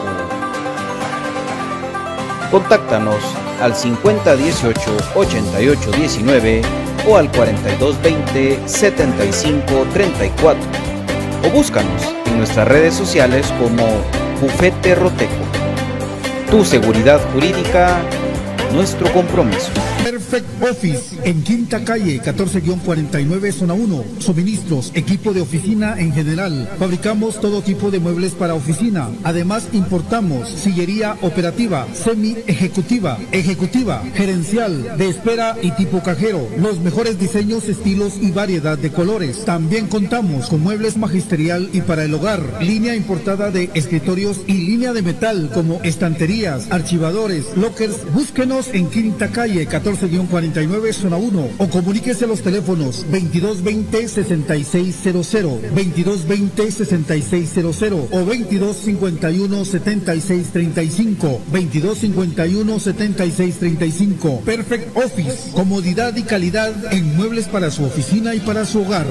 Contáctanos al cincuenta dieciocho ochenta y ocho diecinueve o al cuarenta y dos veinte setenta y cinco treinta y cuatro o búscanos en nuestras redes sociales como Bufete Roteco. Tu seguridad jurídica, nuestro compromiso. Perfecto. Perfect Office en Quinta Calle, catorce cuarenta y nueve, zona uno. Suministros, equipo de oficina en general. Fabricamos todo tipo de muebles para oficina. Además, importamos sillería operativa, semi-ejecutiva, ejecutiva, gerencial, de espera y tipo cajero. Los mejores diseños, estilos y variedad de colores. También contamos con muebles magisterial y para el hogar. Línea importada de escritorios y línea de metal como estanterías, archivadores, lockers. Búsquenos en Quinta Calle, catorce cuarenta y nueve, zona uno, o comuníquese a los teléfonos veintidós veinte, sesenta y seis cero cero, veintidós veinte, sesenta y seis cero cero o veintidós cincuenta y uno, setenta y seis treinta y cinco, veintidós cincuenta y uno, setenta y seis treinta y cinco. Perfect Office, comodidad y calidad en muebles para su oficina y para su hogar.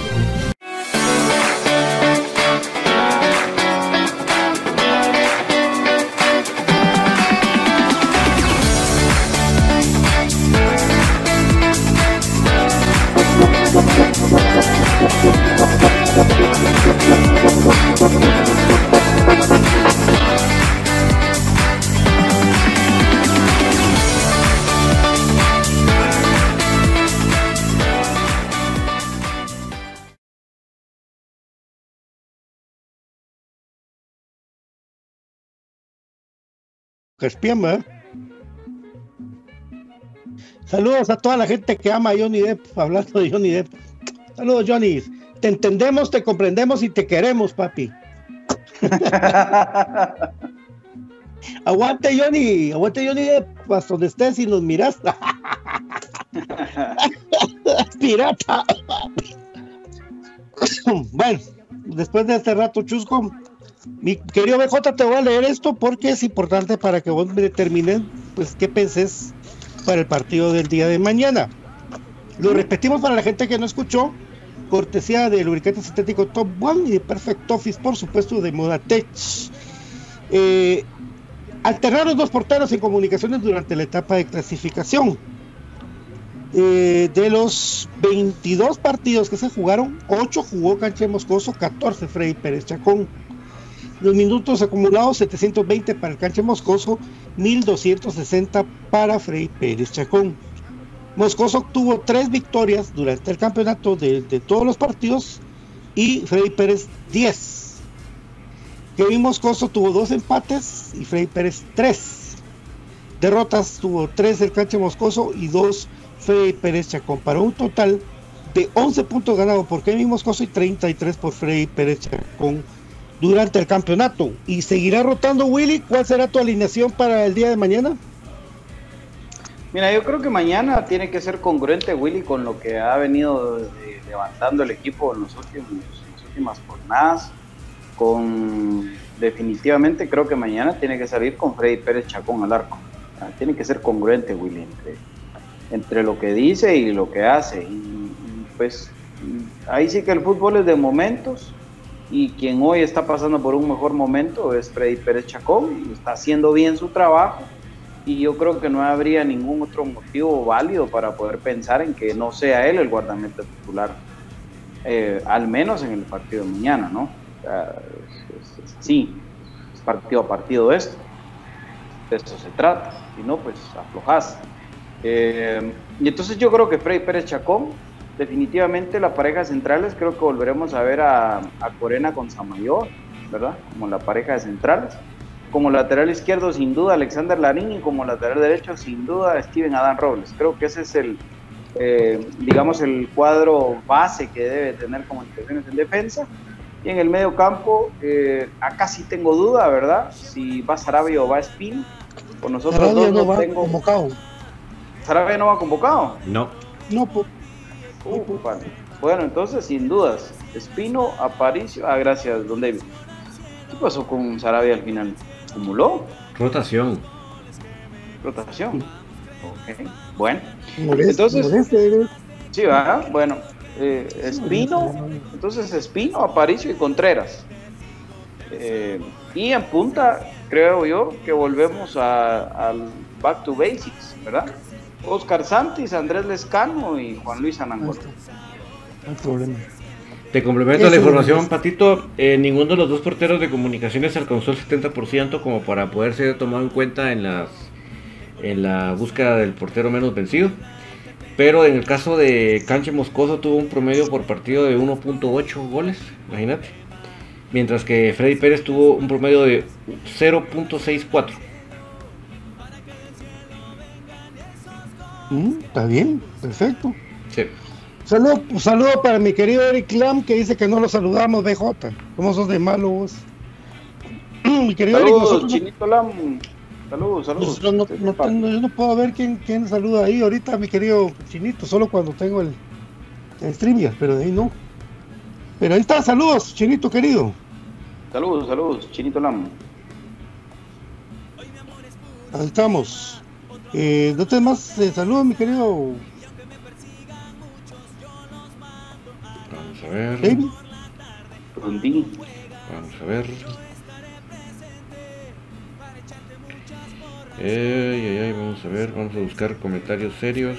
Espían, ¿verdad? Saludos a toda la gente que ama a Johnny Depp, hablando de Johnny Depp. Saludos, Johnny. Te entendemos, te comprendemos y te queremos, papi. Aguante, Johnny. Aguante, Johnny Depp, hasta donde estés y nos miras. Pirata. Bueno, después de este rato chusco, mi querido B J, te voy a leer esto porque es importante para que vos me determines pues qué pensés para el partido del día de mañana. Lo repetimos para la gente que no escuchó, cortesía de lubricante sintético Top One y de Perfect Office, por supuesto, de Modatech. Eh, alternar los dos porteros en comunicaciones durante la etapa de clasificación. Eh, de los veintidós partidos que se jugaron, ocho jugó Canche Moscoso, catorce Freddy Pérez Chacón. Los minutos acumulados, setecientos veinte para el Canche Moscoso, mil doscientos sesenta para Freddy Pérez Chacón. Moscoso obtuvo tres victorias durante el campeonato de, de todos los partidos y Freddy Pérez diez. Kevin Moscoso tuvo dos empates y Freddy Pérez tres. Derrotas tuvo tres el Canche Moscoso y dos Freddy Pérez Chacón, para un total de once puntos ganados por Kevin Moscoso y treinta y tres por Freddy Pérez Chacón durante el campeonato. Y seguirá rotando, Willy. ¿Cuál será tu alineación para el día de mañana? Mira, yo creo que mañana tiene que ser congruente, Willy, con lo que ha venido de, levantando el equipo en, los últimos, en las últimas jornadas. Con definitivamente creo que mañana tiene que salir con Freddy Pérez Chacón al arco. Tiene que ser congruente, Willy, entre, entre lo que dice y lo que hace. Y, y pues ahí sí que el fútbol es de momentos. Y quien hoy está pasando por un mejor momento es Freddy Pérez Chacón, y está haciendo bien su trabajo, y yo creo que no habría ningún otro motivo válido para poder pensar en que no sea él el guardameta titular, eh, al menos en el partido de mañana, ¿no? O sea, es, es, es así, es partido a partido esto, de esto se trata, si no, pues aflojás. Eh, y entonces yo creo que Freddy Pérez Chacón, definitivamente la pareja de centrales, creo que volveremos a ver a, a Corena con Samayor, ¿verdad? Como la pareja de centrales. Como lateral izquierdo, sin duda, Alexander Larín, y como lateral derecho, sin duda, Steven Adán Robles. Creo que ese es el, eh, digamos, el cuadro base que debe tener Comunicaciones en defensa. Y en el medio campo, eh, acá sí tengo duda, ¿verdad? Si va Sarabia o va Espino. Con nosotros Sarabia dos no no va tengo... convocado. ¿Sarabia no va convocado? No. No, pues. Uh, vale. Bueno, entonces, sin dudas, Espino, Aparicio. Ah, gracias, don David. ¿Qué pasó con Sarabia al final? ¿Acumuló? Rotación. Rotación. Ok, bueno. Moleste, Entonces, moleste. sí, va. Bueno, eh, Espino, entonces Espino, Aparicio y Contreras. Eh, y en punta, creo yo, que volvemos a, al back to basics, ¿verdad? Oscar Santis, Andrés Lescano y Juan Luis Anangola. No hay problema. Te complemento la información, Patito. Eh, ninguno de los dos porteros de Comunicaciones alcanzó el setenta por ciento como para poder ser tomado en cuenta en las en la búsqueda del portero menos vencido. Pero en el caso de Canche Moscoso tuvo un promedio por partido de uno punto ocho goles, imagínate. Mientras que Freddy Pérez tuvo un promedio de cero punto sesenta y cuatro. Mm, está bien, perfecto. Sí. Saludo, saludo para mi querido Eric Lam, que dice que no lo saludamos, B J. ¿Cómo sos de malo vos? Mi querido Saludos, Eric, nosotros Chinito Lam. Saludos, saludos. No, no, no tengo, yo no puedo ver quién, quién saluda ahí ahorita, mi querido Chinito, solo cuando tengo el, el streamer, pero de ahí no. Pero ahí está, saludos, Chinito querido. Saludos, saludos, Chinito Lam. Ahí estamos. Eh, no te más eh, saludos, mi querido. Vamos a ver. David. Rondín. Vamos a ver. Ay, ay, ay, vamos a ver, vamos a buscar comentarios serios.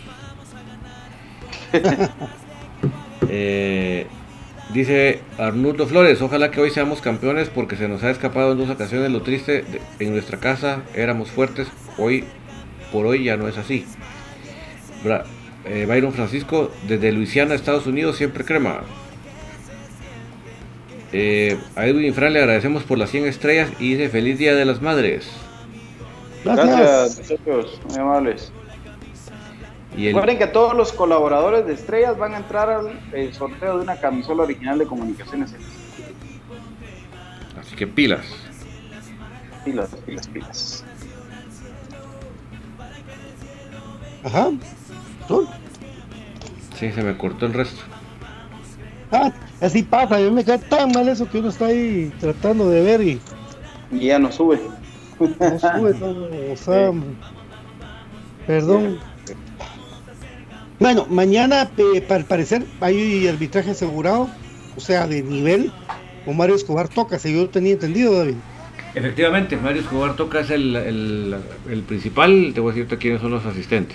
eh, dice Arnulfo Flores, ojalá que hoy seamos campeones porque se nos ha escapado en dos ocasiones lo triste. De, en nuestra casa éramos fuertes, hoy por hoy ya no es así. Bra, eh, Byron Francisco, desde Luisiana, Estados Unidos, siempre crema. Eh, a Edwin Fran le agradecemos por las cien estrellas y dice feliz día de las madres. Gracias, Gracias muchachos, muy amables. Y el... Recuerden que todos los colaboradores de Estrellas van a entrar al eh, sorteo de una camisola original de Comunicaciones. Así que pilas. Pilas, pilas, pilas. Ajá. ¿Son? Sí, se me cortó el resto. Ah, así pasa, a mí me cae tan mal eso que uno está ahí tratando de ver y... Y ya no sube. No sube todo, o sea, perdón. Bueno, mañana, eh, para parecer, hay arbitraje asegurado, o sea, de nivel, con Mario Escobar toca, si yo tenía entendido, David. Efectivamente, Mario Escobar toca es el, el, el principal, te voy a decirte quiénes son los asistentes.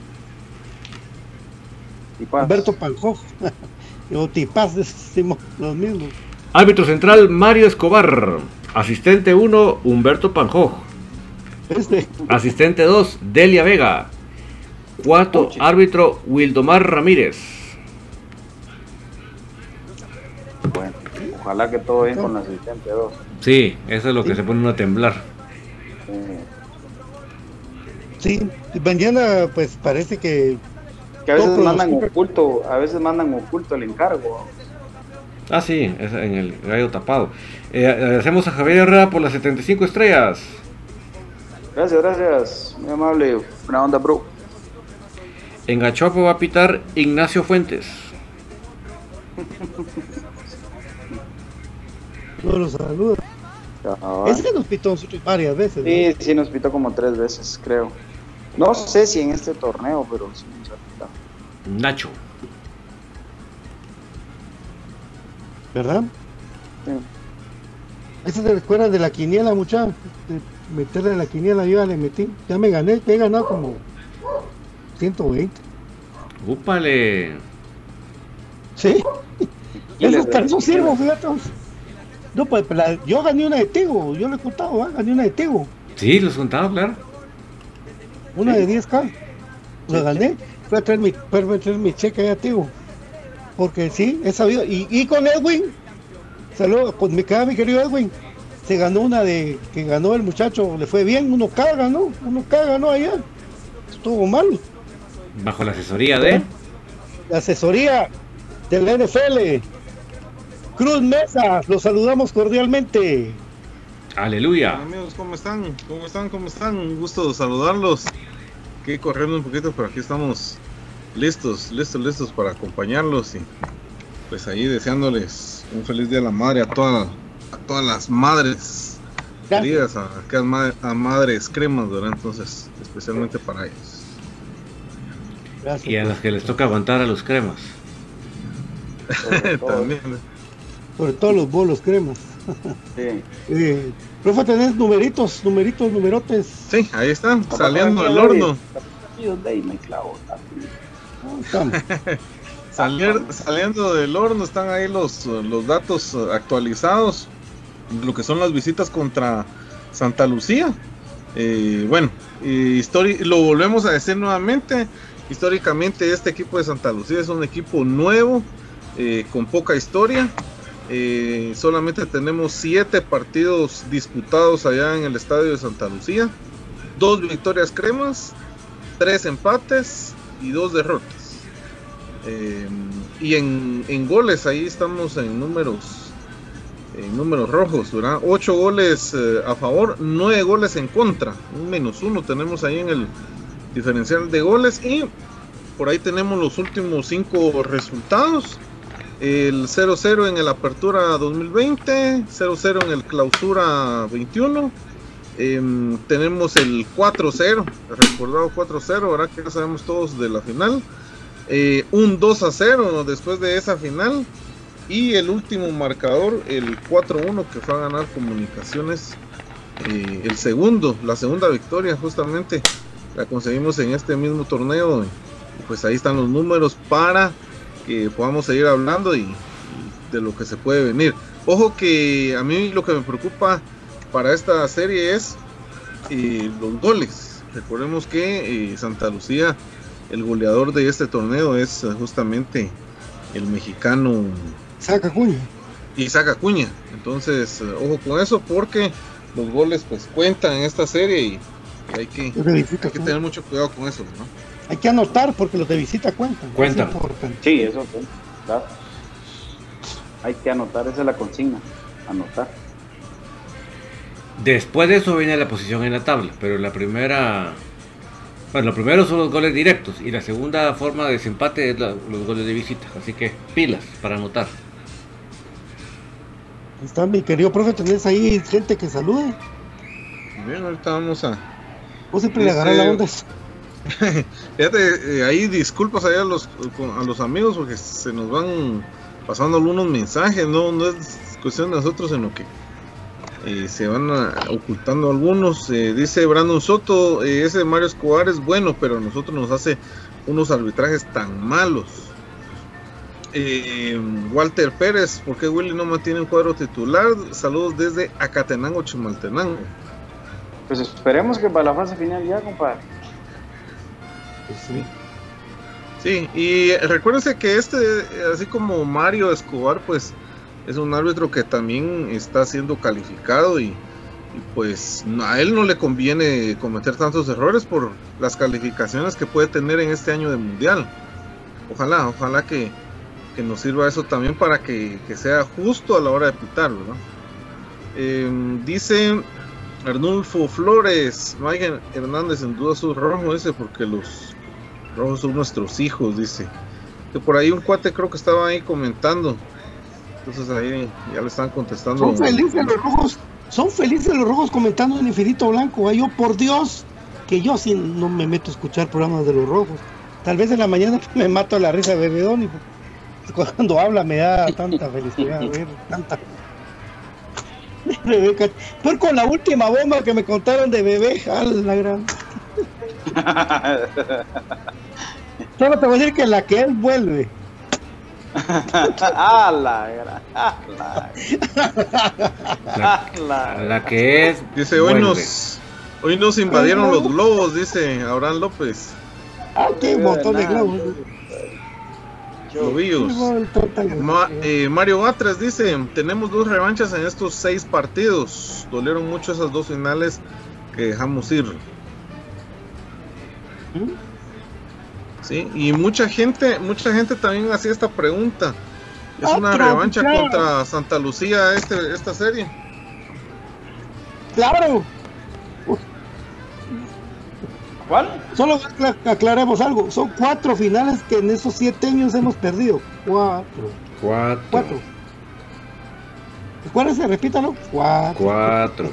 Humberto Panjoj, o Tipaz, decimos los mismos. Árbitro central, Mario Escobar. Asistente uno, Humberto Panjoj. Este. Asistente dos, Delia Vega. Cuarto, Oye. Árbitro, Wildomar Ramírez. Bueno, ojalá que todo bien con el asistente dos. Sí, eso es lo que sí. Se pone uno a temblar. Sí, mañana pues parece que... Que a veces mandan los... oculto, a veces mandan oculto el encargo. Ah, sí, es en el gallo tapado. Eh, agradecemos a Javier Herrera por las setenta y cinco estrellas. Gracias, gracias. Muy amable. Buena onda, bro. En Gachopo va a pitar Ignacio Fuentes. No los saludos. Ah, es que nos pitó nosotros varias veces. Sí, ¿no? Sí, nos pitó como tres veces, creo. No sé si en este torneo, pero sí nos ha pitado. Nacho. ¿Verdad? Sí. Esa es de la escuela de la quiniela, muchacha. Meterle la quiniela, yo ya le metí. Ya me gané, he ganado como ciento veinte. ¡Úpale! Sí. Eso, para eso sirvo, fíjate. No, pues la, yo gané una de Tigo, yo le he contado, ¿eh? Gané una de Tigo. Sí, los contaba, claro. Una de diez K. La gané. Fui a traer mi, fui a traer mi cheque allá a Tigo. Porque sí, he sabido. Y, y con Edwin, saludos, con mi, mi querido Edwin, se ganó una de que ganó el muchacho, le fue bien, uno K ganó, uno K ganó allá. Estuvo mal. Bajo la asesoría de. La asesoría de la N F L. Cruz Mesa, los saludamos cordialmente. Aleluya. Amigos, ¿cómo están? ¿Cómo están? ¿Cómo están? Un gusto saludarlos. Aquí corriendo un poquito, pero aquí estamos listos, listos, listos para acompañarlos y pues ahí deseándoles un feliz día de la madre a todas, a todas las madres queridas, a, a, madre, a madres cremas, ¿verdad? Entonces, especialmente para ellos. Gracias. Y a las que les toca aguantar a los cremas. También. Sobre todo los bolos cremas. Sí. eh, profe, tenés numeritos, numeritos, numerotes. Sí, ahí están, saliendo del horno. Salier, saliendo del horno están ahí los, los datos actualizados, lo que son las visitas contra Santa Lucía. Eh, bueno, eh, histori- lo volvemos a decir nuevamente. Históricamente este equipo de Santa Lucía es un equipo nuevo, eh, con poca historia. Eh, solamente tenemos siete partidos disputados allá en el estadio de Santa Lucía, dos victorias cremas, tres empates y dos derrotas. Eh, y en, en goles ahí estamos en números en números rojos, ¿verdad? ocho goles eh, a favor, nueve goles en contra, un menos uno tenemos ahí en el diferencial de goles. Y por ahí tenemos los últimos cinco resultados: el cero cero en el Apertura dos mil veinte, cero cero en el Clausura veintiuno, eh, tenemos el cuatro cero, el recordado cuatro cero, ¿verdad? Que ya sabemos todos de la final, eh, un dos a cero después de esa final, y el último marcador, el cuatro uno, que fue a ganar Comunicaciones, eh, el segundo, la segunda victoria justamente la conseguimos en este mismo torneo. Y pues ahí están los números para que podamos seguir hablando y, y de lo que se puede venir. Ojo que a mí lo que me preocupa para esta serie es eh, los goles. Recordemos que eh, Santa Lucía, el goleador de este torneo es justamente el mexicano Isaac Acuña. Isaac Acuña. Entonces, eh, ojo con eso, porque los goles pues cuentan en esta serie y, y hay que, hay que tener mucho cuidado con eso, ¿no? Hay que anotar porque los de visita cuentan. Cuentan. Sí, eso cuenta, claro. Hay que anotar, esa es la consigna, anotar. Después de eso viene la posición en la tabla, pero la primera, bueno, lo primero son los goles directos y la segunda forma de desempate es la, los goles de visita, así que pilas para anotar. Está mi querido profe, tenés ahí gente que salude. Bien, ahorita vamos a... Vos siempre le agarrás la onda. Fíjate, eh, ahí disculpas ahí a los, a los amigos porque se nos van pasando algunos mensajes, no, no es cuestión de nosotros, sino que eh, se van a, ocultando algunos. Eh, dice Brandon Soto, eh, ese Mario Escobar es bueno, pero a nosotros nos hace unos arbitrajes tan malos. Eh, Walter Pérez, ¿por qué Willy no mantiene un cuadro titular? Saludos desde Acatenango, Chimaltenango. Pues esperemos que para la fase final ya, compadre. Pues sí. Sí, y recuérdense que este, así como Mario Escobar, pues es un árbitro que también está siendo calificado y, y pues a él no le conviene cometer tantos errores por las calificaciones que puede tener en este año de mundial. Ojalá, ojalá que, que nos sirva eso también para que, que sea justo a la hora de pitarlo, ¿no? Eh, dice Arnulfo Flores, Mike Hernández en duda sus rojos, dice, porque los rojos son nuestros hijos, dice. Que por ahí un cuate creo que estaba ahí comentando. Entonces ahí ya le están contestando. Son felices los rojos, son felices los rojos comentando en Infinito Blanco. Ay, yo por Dios, que yo sí no me meto a escuchar programas de los rojos. Tal vez en la mañana me mato a la risa de Bebedón y cuando habla me da tanta felicidad, ver, tanta. Bebé, pero con la última bomba que me contaron de Bebé, a la gran. Solo te voy a decir que la que él vuelve. A la gran. A la, la, la, la que es. Dice, hoy nos, hoy nos invadieron los globos, dice Abraham López. Ah, qué montón de globos. Globillos. Ma, eh, Mario Batres dice, tenemos dos revanchas en estos seis partidos. Dolieron mucho esas dos finales que dejamos ir. ¿Mm? Sí, y mucha gente, mucha gente también hacía esta pregunta. ¿Es una Otro, revancha claro. contra Santa Lucía este, esta serie? Claro. ¿Cuál? Solo aclaremos algo. Son cuatro finales que en esos siete años hemos perdido. Cuatro. Cuatro. Cuatro. Acuérdense, repítalo. Cuatro. Cuatro.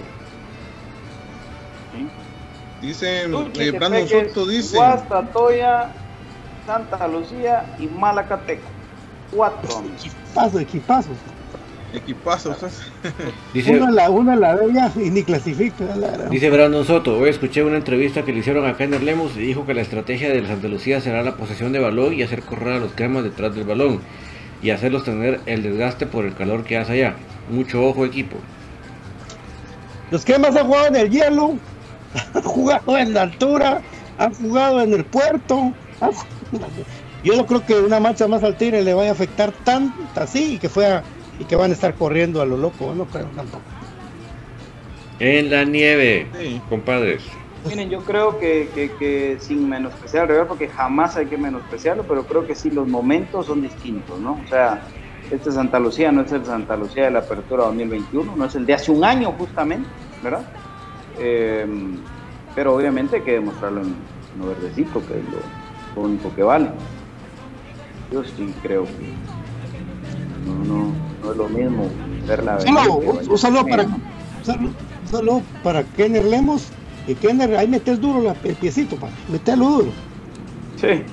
Dice, eh, Brandon Soto dice. Guastatoya, Santa Lucía y Malacateco. Cuatro. Equipazo, equipazos. Equipazos. Dice, una la una la de ella y ni clasifica. La, la. Dice Brandon Soto, hoy escuché una entrevista que le hicieron a Kenner Lemus y dijo que la estrategia de Santa Lucía será la posesión de balón y hacer correr a los cremas detrás del balón y hacerlos tener el desgaste por el calor que hace allá. Mucho ojo, equipo. Los cremas han jugado en el hielo han jugado en la altura, han jugado en el puerto. Han... Yo no creo que una marcha más al Tigre le vaya a afectar tanto así y que fuera y que van a estar corriendo a lo loco, no creo tampoco. En la nieve, Sí. compadres. Miren, yo creo que, que, que sin menospreciar al River, porque jamás hay que menospreciarlo, pero creo que sí los momentos son distintos, ¿no? O sea, este Santa Lucía no es el Santa Lucía de la Apertura dos mil veintiuno, no es el de hace un año justamente, ¿verdad? Eh, pero obviamente hay que demostrarlo en, en lo verdecito, que es lo, lo único que vale. Yo sí creo que no, no, no es lo mismo verla. Solo, un, un saludo para un saludo, un saludo para Kenner Lemos. Y Kenner, ahí metes duro la, el piecito, pa, metelo duro. Sí.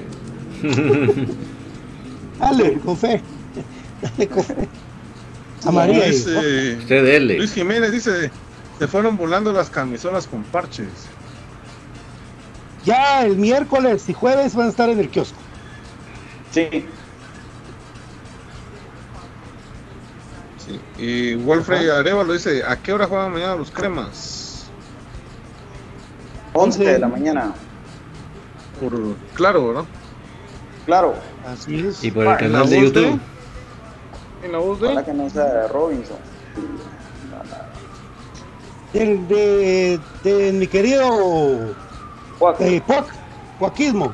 Dale, con fe. Dale con fe. A María. Luis, y, eh, Usted dele. Luis Jiménez dice, se fueron volando las camisolas con parches. ya el miércoles y jueves van a estar en el kiosco. Sí. Sí. Y Wolfrey Arevalo dice, ¿a qué hora juegan mañana los Cremas? once de la mañana. Por claro, ¿verdad? Claro. Así es. Y por el Ah, ¿en canal la de voz de? YouTube. En la voz de Ojalá que no sea de Robinson. El de, de mi querido eh, Poc, Joaquismo.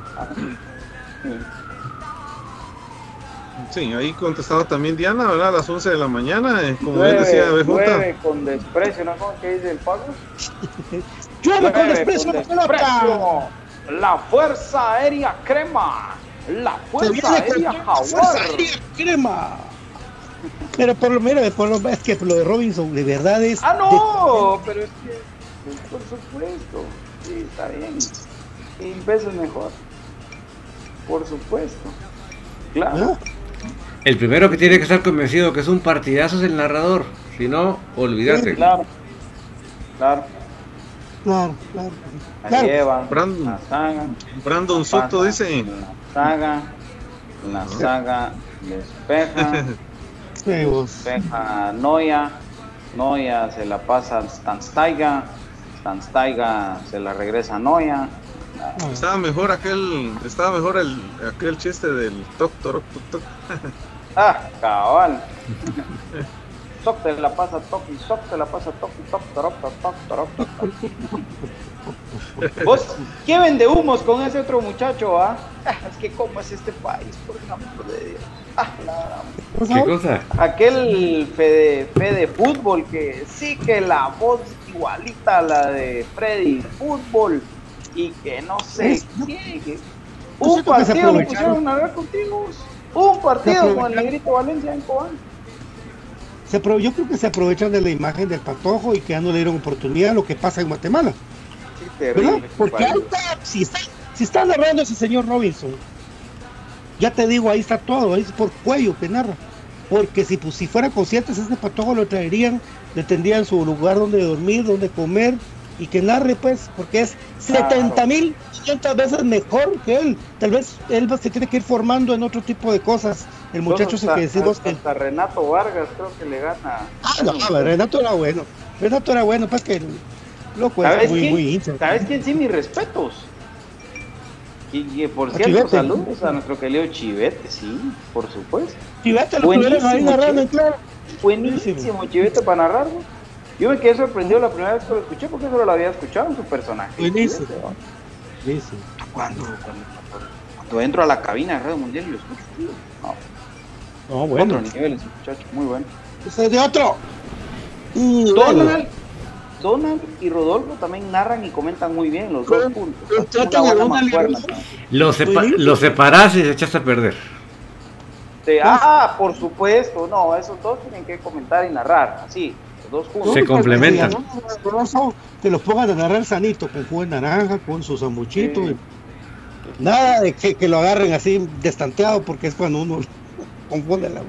Sí, ahí contestaba también Diana, ¿verdad? A las once de la mañana, eh, como Llueve, él decía B J. llueve con desprecio, ¿no? ¿Cómo que dice el Paco? Llueve con Llueve desprecio con la pelota. desprecio. La Fuerza Aérea Crema. La Se Fuerza viene Aérea con Jaguar. Fuerza Aérea Crema. Pero por lo menos, por lo, es que lo de Robinson de verdad es. Ah, no, pero es que, pues, por supuesto, sí, está bien. Mil veces mejor. Por supuesto. Claro. ¿Ah? El primero que tiene que estar convencido que es un partidazo es el narrador. Si no, olvídate. Claro. Claro. Claro, claro. La claro. llevan. Brandon, La saga. Brandon la Soto pasa, dice, La saga. La saga despeja. Sí, vos. Despeja Noya. Noya se la pasa a Stanstaiga. Stanstaiga se la regresa a Noya. estaba mejor aquel, estaba mejor el aquel chiste del toc toc toc toc. Ah, cabal. Toc te la pasa toc y toc te la pasa toc y toc toc toc toc toc toc. ¿Vos qué vende humos con ese otro muchacho, ah? Es que cómo es este país, por el amor de Dios. Ah, la... ¿Qué cosa? Aquel Fede, Fede Fútbol que sí que la voz igualita a la de Freddy Fútbol y que no sé qué. Que... Un partido lo pusieron a hablar contigo. Un partido con el Negrito Valencia en Cobán. Se apro- yo creo que se aprovechan de la imagen del Patojo y que ya no le dieron oportunidad a lo que pasa en Guatemala. Sí, ¿Verdad? terrible. Porque ahí está, si está, si está narrando ese señor Robinson, ya te digo, ahí está todo, ahí es por cuello que narra. Porque si, pues, si fueran conscientes, ese Patojo lo traerían, le tendrían su lugar donde dormir, donde comer y que narre, pues, porque es setenta mil quinientas veces mejor que él. Tal vez él se tiene que ir formando en otro tipo de cosas. El muchacho ese que decimos que. Hasta Renato Vargas creo que le gana. Ah, no, no, Renato era bueno. Renato era bueno, pues que loco, ¿Sabes es muy, quién? muy hincha. ¿Sabes quién? Sí, mis respetos. Y, y por A cierto, Chivete. saludos a nuestro querido Chivete, sí, por supuesto. Chivete lo Buenísimo, tuvieron ahí narrando en Chivete. claro. Buenísimo, Chivete para narrar, ¿no? Yo me quedé sorprendido la primera vez que lo escuché porque solo lo había escuchado en su personaje. Buenísimo. Chivete, ¿no? Buenísimo. Cuando, cuando, cuando entro a la cabina de Radio Mundial y lo escucho, tío, no, No, bueno. otro nivel ese muchacho, muy bueno. Ese es de otro. Mm, Donald, bueno. Donald y Rodolfo también narran y comentan muy bien los dos puntos. Pero tratan a Donald y Rodolfo. Lo, sepa lo separás y se echaste a perder. De, ah, por supuesto, no, esos dos tienen que comentar y narrar, así, los dos juntos. Se complementan. Rodolfo, que los pongan a narrar sanito, con jugo de naranja, con su zambuchito. Sí. Y nada de que, que lo agarren así destanteado, porque es cuando uno confunde la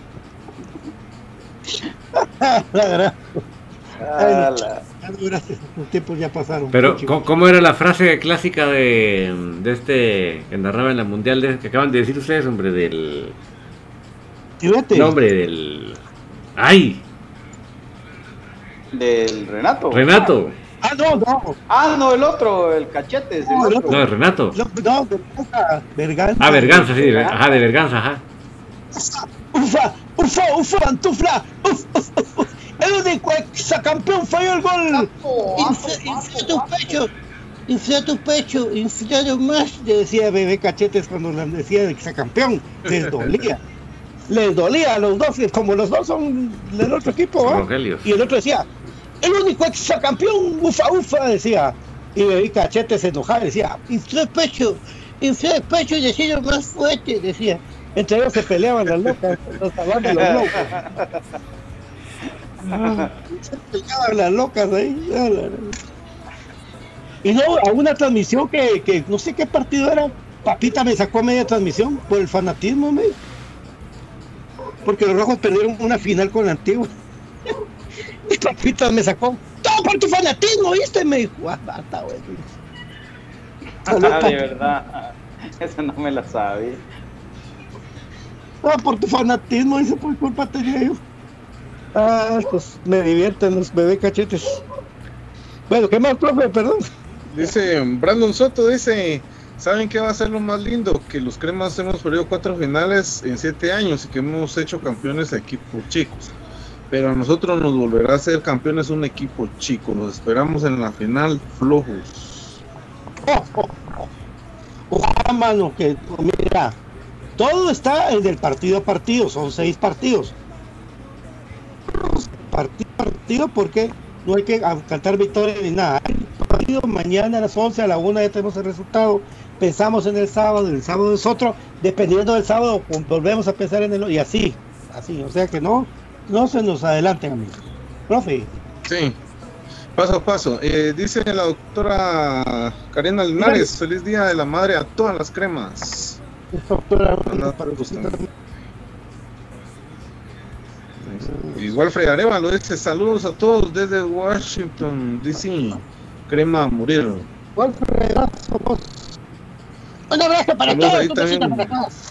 La verdad. Ah, la- Ya no, gracias, los tiempos ya pasaron. Pero, Chico. ¿cómo, cómo era la frase clásica de, de este que narraba en la mundial de, que acaban de decir ustedes, hombre, del Chivete. nombre del... ¡Ay! Del Renato. Renato. Ah, no, no. Ah, no, el otro, el Cachetes. El no, otro. no, Renato. No, no, Berganza. Berganza. Ah, Berganza, sí. Ajá, de Berganza, ajá. Ufa, ufa, ufa, pantufla. Uf, uf, uf, uf. El único exacampeón falló el gol. Infla tu pecho. Infla tu pecho. Infla más. Le decía Bebé Cachetes cuando le decía exacampeón. Les dolía. Les dolía a los dos. Como los dos son del otro equipo, ¿eh? Y el otro decía, el único exacampeón. Ufa, ufa, decía. Y Bebé Cachetes se enojaba y decía, infla el pecho. Infla el pecho y decía más fuerte. Decía. Entre ellos se peleaban las locas. Los tabanos, los locos. Ah, se pegaban las locas ahí. Y no, a una transmisión que, que no sé qué partido era. Papita me sacó a media transmisión por el fanatismo, me. Porque los rojos perdieron una final con la Antigua. Y Papita me sacó. Todo por tu fanatismo, ¿viste? Me dijo, ah, bata, güey. Ah, de verdad. Esa no me la sabía. Ah, por tu fanatismo, dice, por culpa tenía yo. Ah, pues me divierten los Bebé Cachetes. Bueno, ¿qué más, profe? Perdón. Dice Brandon Soto, dice, ¿saben qué va a ser lo más lindo? Que los cremas hemos perdido cuatro finales en siete años y que hemos hecho campeones de equipos chicos. Pero a nosotros nos volverá a ser campeones un equipo chico. Los esperamos en la final flojos. Oh, oh, oh. Ojalá, mano, que mira, todo está en el partido a partido, son seis partidos. Partido a partido, porque no hay que cantar victoria ni nada. Hay partido mañana a las once, a la una ya tenemos el resultado. Pensamos en el sábado, el sábado es otro. Dependiendo del sábado, volvemos a pensar en el y así, así. O sea que no, no se nos adelanten, amigos. Profe. Sí, paso a paso. Eh, dice la doctora Karina Linares, feliz día de la madre a todas las cremas. Doctora, para Igual Fred Arevalo dice, saludos a todos desde Washington D C, crema a morir. Un abrazo para saludos todos. Ahí también.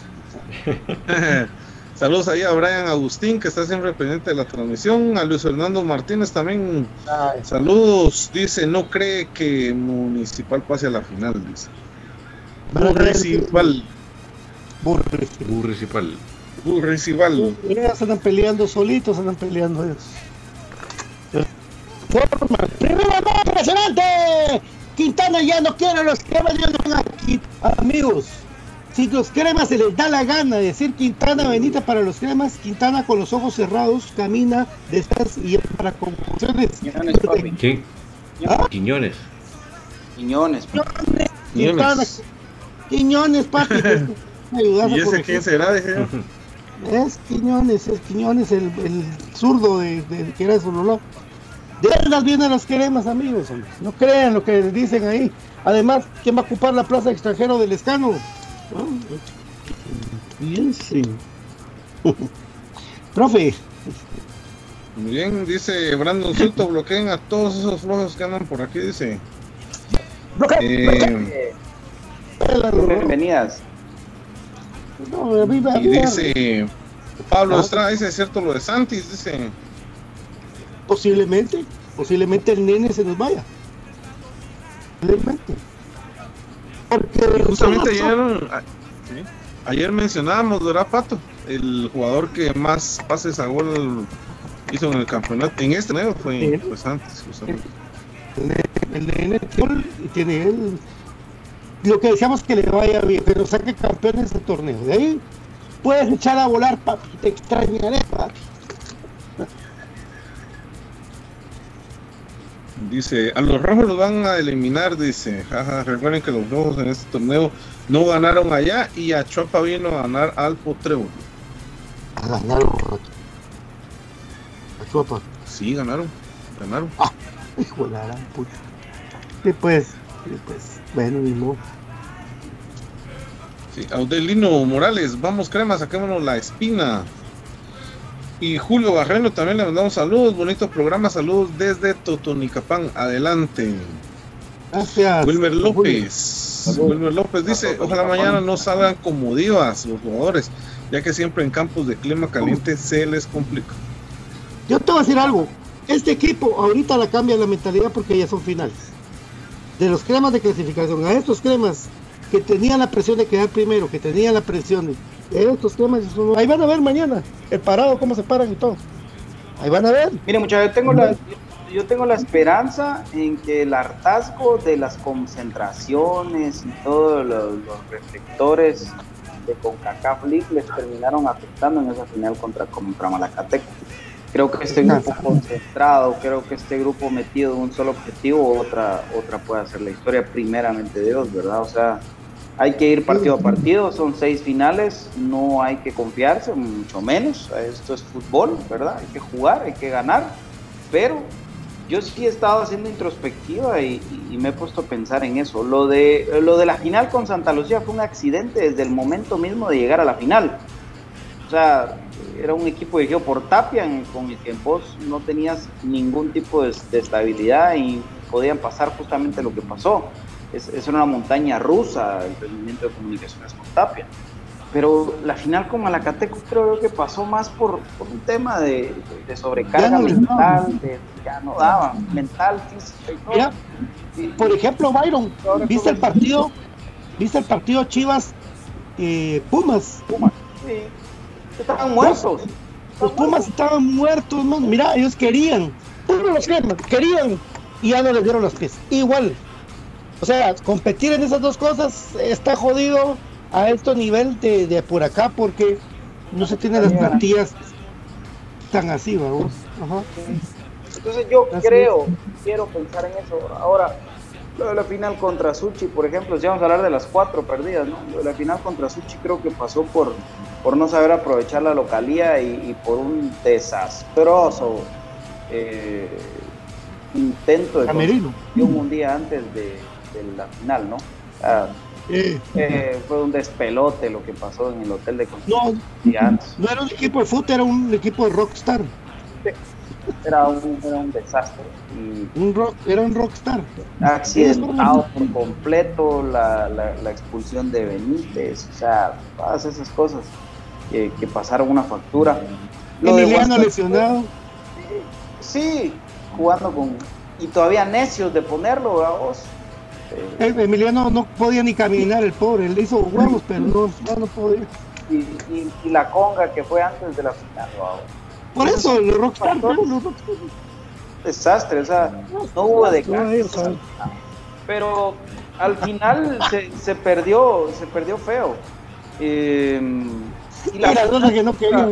Saludos ahí a Brian Agustín, que está siempre pendiente de la transmisión. A Luis Fernando Martínez también. Ay. Saludos. Dice, no cree que Municipal pase a la final, dice. Municipal. Municipal. Municipal. Ellos andan peleando solitos, andan peleando ellos. Forma. Primero, impresionante. Quintana ya no quiere a los cremas, ya no van aquí. Amigos, si los cremas se les da la gana de decir Quintana Benita para los cremas, Quintana con los ojos cerrados camina de estas y para conclusiones. Quiñones, papi. Sí. ¿Ah? Quiñones. Quiñones. Quiñones. Quintana. Quiñones, papi. ¿Y ese quién será? Dije. Es Quiñones, es Quiñones, el, el zurdo de, de que era de Sololó. De verdad vienen los cremas, amigos. No crean lo que dicen ahí. Además, ¿quién va a ocupar la plaza de extranjero del Escano? Oh, bien, sí. Profe. Muy bien, dice Brandon Soto, bloqueen a todos esos flojos que andan por aquí, dice. Eh, Bienvenidas. No, viva, y dice Pablo Estrada, dice, ¿es cierto lo de Santis? Dice. Posiblemente, posiblemente el nene se nos vaya. Posiblemente. Porque y justamente ayer, ¿sí? ayer mencionábamos, ¿verdad, Pato? El jugador que más pases a gol hizo en el campeonato, en este torneo fue, ¿sí? fue Santis, justamente. El nene tiene él. Lo que decíamos que le vaya bien, pero saque campeones de torneo. De ahí puedes echar a volar, papi. Te extrañaré, papi. Dice, a los rojos los van a eliminar, dice. Jaja, recuerden que los rojos en este torneo no ganaron allá y a Chuapa vino a ganar al Potrero. A ganar a Chuapa. Sí, ganaron. Ganaron. Ah, hijo de la gran puta. Sí, pues, sí, pues. Bueno, mismo. Sí, Audelino Morales, vamos crema, saquémonos la espina. Y Julio Barreno también le mandamos saludos, bonito programa, saludos desde Totonicapán, adelante. Gracias. Wilmer López, Wilmer López dice, ojalá mañana no salgan como divas los jugadores, ya que siempre en campos de clima caliente se les complica. Yo te voy a decir algo, este equipo ahorita la cambia la mentalidad porque ya son finales. De los cremas de clasificación a estos cremas que tenían la presión de quedar primero, que tenían la presión de, de estos cremas, ahí van a ver mañana el parado, cómo se paran y todo. Ahí van a ver. Mire, muchachos, yo tengo la, yo tengo la esperanza en que el hartazgo de las concentraciones y todos los, los reflectores de CONCACAF League les terminaron afectando en esa final contra, contra Malacateco. Creo que este grupo concentrado, creo que este grupo metido en un solo objetivo, otra, otra puede hacer la historia, primeramente Dios, ¿verdad? O sea, hay que ir partido a partido, son seis finales, no hay que confiarse, mucho menos, esto es fútbol, ¿verdad? Hay que jugar, hay que ganar, pero yo sí he estado haciendo introspectiva y, y me he puesto a pensar en eso. Lo de, lo de la final con Santa Lucía fue un accidente desde el momento mismo de llegar a la final. O sea, era un equipo dirigido por Tapia con el que vos no tenías ningún tipo de, de estabilidad y podían pasar justamente lo que pasó. Es, es una montaña rusa el rendimiento de Comunicaciones con Tapia. Pero la final con Malacateco creo que pasó más por, por un tema de, de, de sobrecarga no mental, de, ya no daba, mental, física y todo. Mira, y, por ejemplo, Byron, ¿viste el partido? ¿Viste el partido Chivas eh, Pumas? Pumas, sí. Estaban muertos. Los Pumas estaban muertos, man. Mira, ellos querían, todos los cremas, querían y ya no les dieron los pies. Igual. O sea, competir en esas dos cosas está jodido a este nivel de, de por acá porque no se tienen las plantillas tan así, vamos. Ajá. Entonces yo así creo, es. quiero pensar en eso. Ahora, lo de la final contra Suchi, por ejemplo, si vamos a hablar de las cuatro perdidas, ¿no? Lo de la final contra Suchi creo que pasó por, por no saber aprovechar la localía y, y por un desastroso eh, intento de Camerino un día antes de, de la final, ¿no? Ah, Eh, eh, fue un despelote lo que pasó en el hotel de no, no era un equipo de fútbol, era un equipo de rockstar. Era un, era un desastre y un rock, era un rockstar accidentado por completo, la, la, la expulsión de Benítez, o sea, todas esas cosas que, que pasaron una factura. Lo Emiliano de lesionado, sí, jugando con y todavía necios de ponerlo, vos. Eh, Emiliano no podía ni caminar, el pobre, él hizo huevos, pero no, no, no podía. Y, y, y la conga que fue antes de la final, wow. Por eso, los rockstar, ¿no? Los rockstar. Desastre, o sea, no hubo de casa. Pero al final se, se perdió, se perdió feo. Eh, y la, la final, que no quería.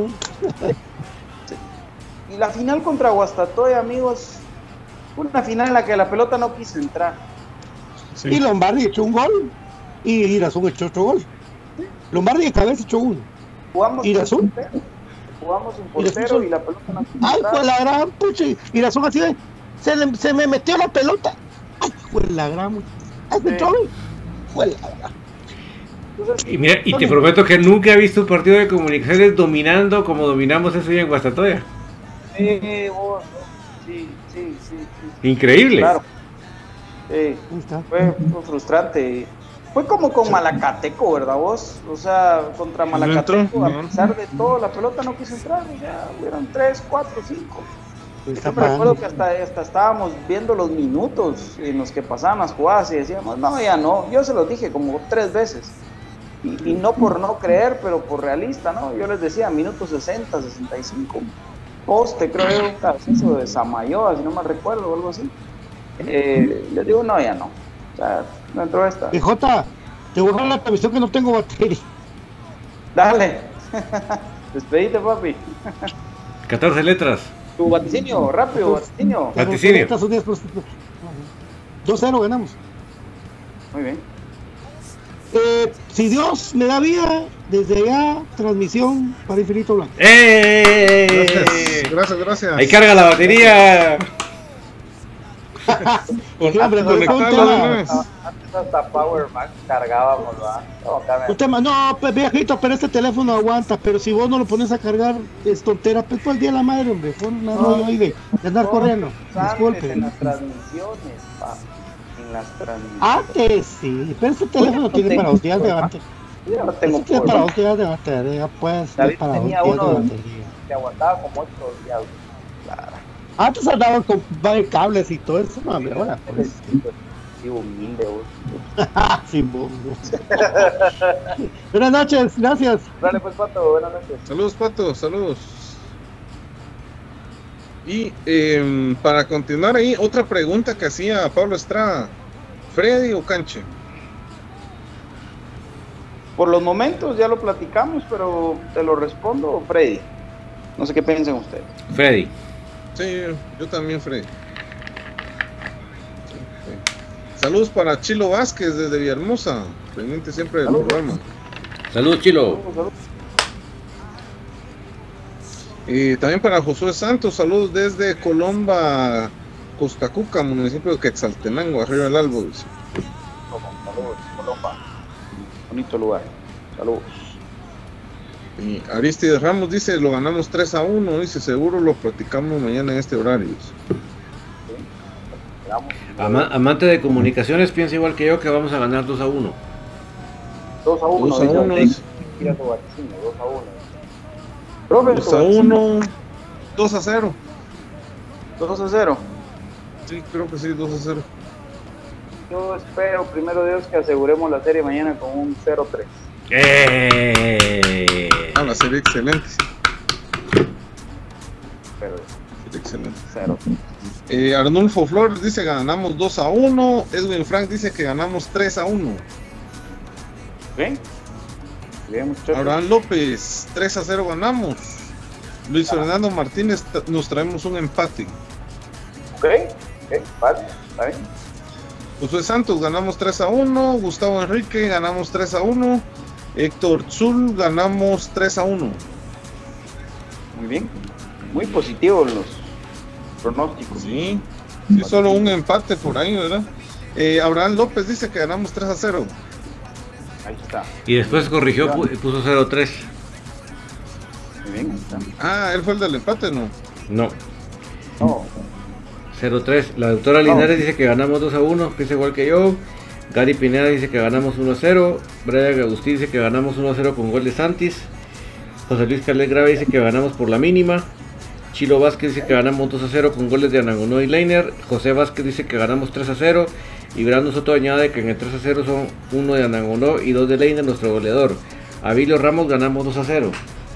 Y la final contra Guastatoya, amigos, fue una final en la que la pelota no quiso entrar. Sí. Y Lombardi echó un gol y Irazún echó otro gol. Lombardi de cabeza echó uno. Jugamos Irazún. Jugamos sin portero y la pelota no quiso Ay, entrar. fue la gran pucha. Irazún así de, se, le, se me metió la pelota. Ay, fue la gran. Ay, sí. Fue la gran. Y mira, y te prometo que nunca he visto un partido de Comunicaciones dominando como dominamos ese día en Guastatoya. Sí, vos, sí, sí, sí, sí. Increíble. Claro. Sí, fue, fue frustrante. Fue como con Malacateco, ¿verdad vos? O sea, contra Malacateco, a pesar de todo, la pelota no quiso entrar. O sea, hubieron tres, cuatro, cinco. Yo me recuerdo que hasta, hasta estábamos viendo los minutos en los que pasaban las jugadas y decíamos, no, ya no. Yo se los dije como tres veces. Y, y no por no creer, pero por realista, ¿no? Yo les decía, minuto sesenta, sesenta y cinco. Poste, creo yo, un cabezazo de Samayoa, si no me recuerdo, o algo así. Eh, les digo, no, ya no. O sea, no entró esta. D J, te voy a dar la televisión que no tengo batería. Dale. Despedite, papi. catorce letras. Tu vaticinio, rápido, vaticinio. Vaticinio. dos cero ganamos. Muy bien. Eh, si Dios me da vida, desde allá, transmisión para Infinito Blanco. ¡Eh! Gracias, gracias, gracias. Ahí carga la batería. Hombre, no, antes hasta Power Max cargábamos, ¿verdad? Un tema, no, pues, viejito, pero este teléfono aguanta, pero si vos no lo pones a cargar, es tontera, pues todo el día de la madre, hombre, fue una no, no, de, de andar corriendo. Disculpe. En las transmisiones, pa. En las transmisiones. Antes, sí, pero este teléfono no tiene tengo, para dos días de batería. Yo no tengo este tiene para dos días de batería, pues, David para dos tenía días uno de batería. que aguantaba como ocho días. Claro. Antes andaban con cables y todo eso, no, hombre, ahora. Pues. Sí, humilde, vos. Sí, vos. Buenas noches, gracias. Dale, pues, Pato, buenas noches. Saludos, Pato, saludos. Y eh, para continuar ahí, otra pregunta que hacía Pablo Estrada: ¿Freddy o Canche? Por los momentos ya lo platicamos, pero te lo respondo, Freddy. No sé qué piensan ustedes. Freddy. Sí, yo también, Freddy. Saludos para Chilo Vázquez desde Villahermosa, pendiente siempre del Saludos. programa. Saludos, Chilo. Saludos, saludos. Y también para Josué Santos, saludos desde Colomba, Costa Cuca, municipio de Quetzaltenango, arriba del Albo. Dice. Saludos, Colomba. Bonito lugar. Saludos. Y Aristides Ramos dice, lo ganamos tres a uno, dice, seguro lo platicamos mañana en este horario. Ama amante de comunicaciones piensa igual que yo que vamos a ganar dos a uno. dos a uno. dos a uno. dos a uno. dos a cero. dos a cero. Sí, creo que sí, dos a cero. Yo espero, primero Dios, que aseguremos la serie mañana con un cero tres. ¡Eh! Ah, la serie excelente. Pero excelente. cero. Eh, Arnulfo Flores dice ganamos dos a uno. Edwin Frank dice que ganamos tres a uno. ¿Ven? Bien, muchachos. Abraham López, tres a cero ganamos. Luis ah. Fernando Martínez, nos traemos un empate. Ok, ok, vale, está bien. Josué Santos, ganamos tres a uno. Gustavo Enrique, ganamos tres a uno. Héctor Zul, ganamos tres a uno. Muy bien, muy positivos los pronósticos. Sí, sí, solo un empate por ahí, ¿verdad? Eh, Abraham López dice que ganamos tres a cero. Ahí está. Y después corrigió y puso cero tres. Muy bien, ahí está. Ah, él fue el del empate, ¿no? No. No. cero tres. La doctora Linares no. dice que ganamos dos a uno, piensa igual que yo. Gary Pineda dice que ganamos uno a cero. Brian Agustín dice que ganamos uno a cero con gol de Santis. José Luis Calés Grave dice que ganamos por la mínima. Chilo Vázquez dice que ganamos dos a cero con goles de Anangonó y Leiner. José Vázquez dice que ganamos tres a cero. Y Brando Soto añade que en el tres a cero son uno de Anangonó y dos de Leiner, nuestro goleador. Abilio Ramos ganamos dos a cero.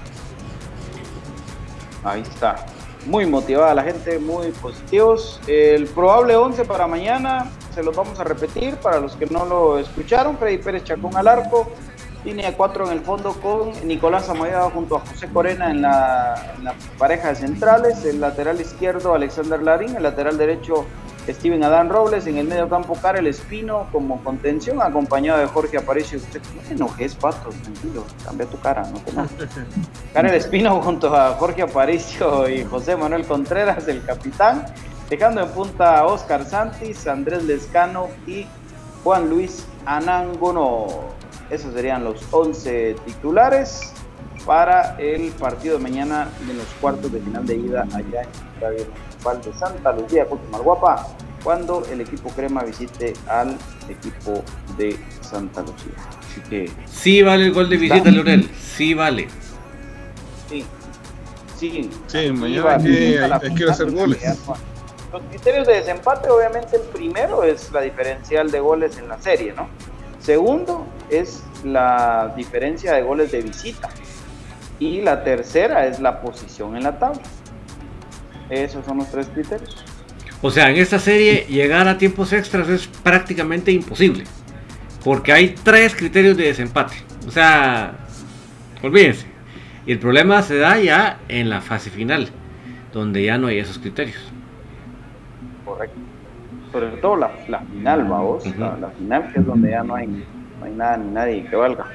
Ahí está. Muy motivada la gente, muy positivos. El probable once para mañana se los vamos a repetir para los que no lo escucharon. Freddy Pérez Chacón al arco. Línea cuatro en el fondo con Nicolás Amoyada junto a José Corena en la, en la pareja de centrales. El lateral izquierdo Alexander Larín. El lateral derecho Steven Adán Robles. En el medio campo Karel Espino como contención, acompañado de Jorge Aparicio. No te enojes, Pato, tranquilo, cambia tu cara, no te enojes. Karel Espino junto a Jorge Aparicio y José Manuel Contreras, el capitán. Dejando en punta a Oscar Santis, Andrés Lescano y Juan Luis Anangonó. Esos serían los once titulares para el partido de mañana de los cuartos de final de ida allá en el Estadio Municipal de Santa Lucía, Cotumalguapa, cuando el equipo Crema visite al equipo de Santa Lucía. Así que sí vale el gol de visita, Leonel, sí vale. Sí, sí. Sí, mañana hay que, hay, hay que hacer goles. Los criterios de desempate, obviamente el primero es la diferencial de goles en la serie, ¿no? Segundo es la diferencia de goles de visita. Y la tercera es la posición en la tabla. Esos son los tres criterios. O sea, en esta serie llegar a tiempos extras es prácticamente imposible. Porque hay tres criterios de desempate. O sea, olvídense. Y el problema se da ya en la fase final, donde ya no hay esos criterios. Correcto. Sobre todo la, la final, vamos, uh-huh. la, la final que es donde ya no hay, no hay nada ni nadie que valga.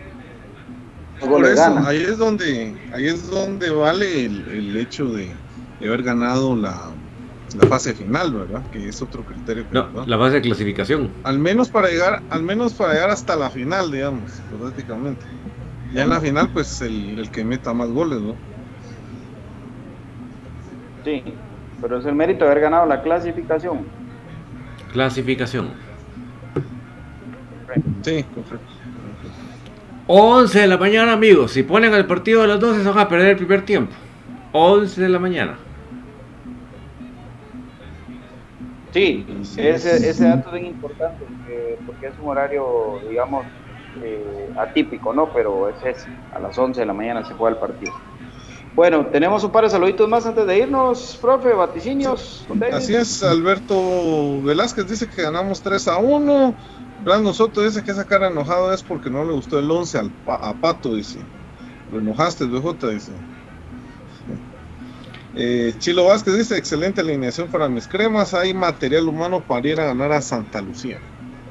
Por eso, ahí es donde, ahí es donde vale el, el hecho de, de haber ganado la, la fase final, ¿verdad? Que es otro criterio. Que no, la fase de clasificación. Al menos para llegar, al menos para llegar hasta la final, digamos, prácticamente. Ya en la final, pues el, el que meta más goles, ¿no? Sí, pero es el mérito de haber ganado la clasificación. Clasificación. Sí, correcto. once de la mañana, amigos. Si ponen el partido a las doce, se van a perder el primer tiempo. once de la mañana. Sí, ese, ese dato es bien importante porque, porque es un horario, digamos, eh, atípico, ¿no? Pero es ese, a las once de la mañana se juega el partido. Bueno, tenemos un par de saluditos más antes de irnos, profe, vaticinios. Así es, Alberto Velázquez dice que ganamos tres a uno. Brandon Soto dice que esa cara enojado es porque no le gustó el once al, a Pato, dice. Lo enojaste, B J, dice. Eh, Chilo Vázquez dice, excelente alineación para mis cremas, hay material humano para ir a ganar a Santa Lucía.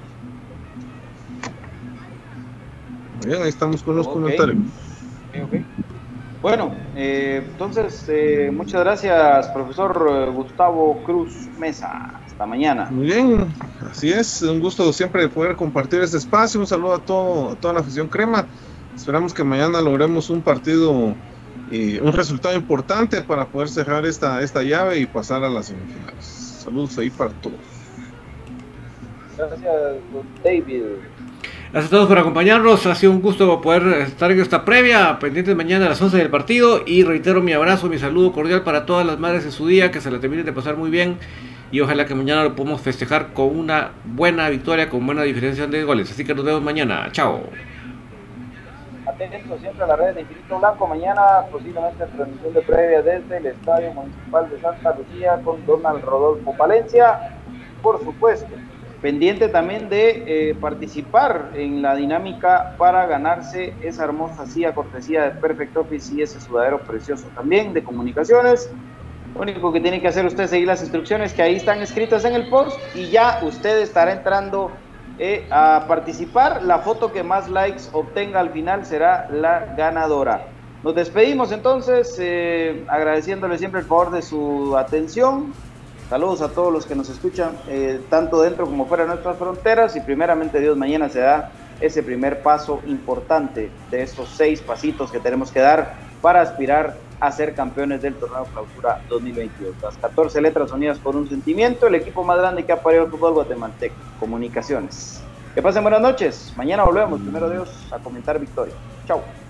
Bien, ahí estamos con los okay. comentarios. Okay, okay. Bueno, eh, entonces, eh, muchas gracias, profesor Gustavo Cruz Mesa. Hasta mañana. Muy bien, así es, un gusto siempre poder compartir este espacio. Un saludo a, todo, a toda la afición crema. Esperamos que mañana logremos un partido, eh, un resultado importante para poder cerrar esta, esta llave y pasar a las semifinales. Saludos ahí para todos. Gracias, David. Gracias a todos por acompañarnos, ha sido un gusto poder estar en esta previa, pendientes mañana a las once del partido, y reitero mi abrazo, mi saludo cordial para todas las madres en su día, que se la terminen de pasar muy bien, y ojalá que mañana lo podamos festejar con una buena victoria, con buena diferencia de goles, así que nos vemos mañana, chao. Atentos siempre a las redes de Infinito Blanco, mañana posiblemente transmisión de previa desde el Estadio Municipal de Santa Lucía con Donald Rodolfo Palencia, por supuesto. Pendiente también de eh, participar en la dinámica para ganarse esa hermosa silla cortesía de Perfect Office y ese sudadero precioso también de comunicaciones. Lo único que tiene que hacer usted es seguir las instrucciones que ahí están escritas en el post y ya usted estará entrando eh, a participar. La foto que más likes obtenga al final será la ganadora. Nos despedimos entonces eh, agradeciéndole siempre el favor de su atención. Saludos a todos los que nos escuchan, eh, tanto dentro como fuera de nuestras fronteras, y primeramente Dios, mañana se da ese primer paso importante de estos seis pasitos que tenemos que dar para aspirar a ser campeones del torneo Clausura dos mil veintidós. Las catorce letras unidas por un sentimiento, el equipo más grande que ha parido el fútbol guatemalteco, Comunicaciones. Que pasen buenas noches, mañana volvemos, primero Dios, a comentar victoria. Chao.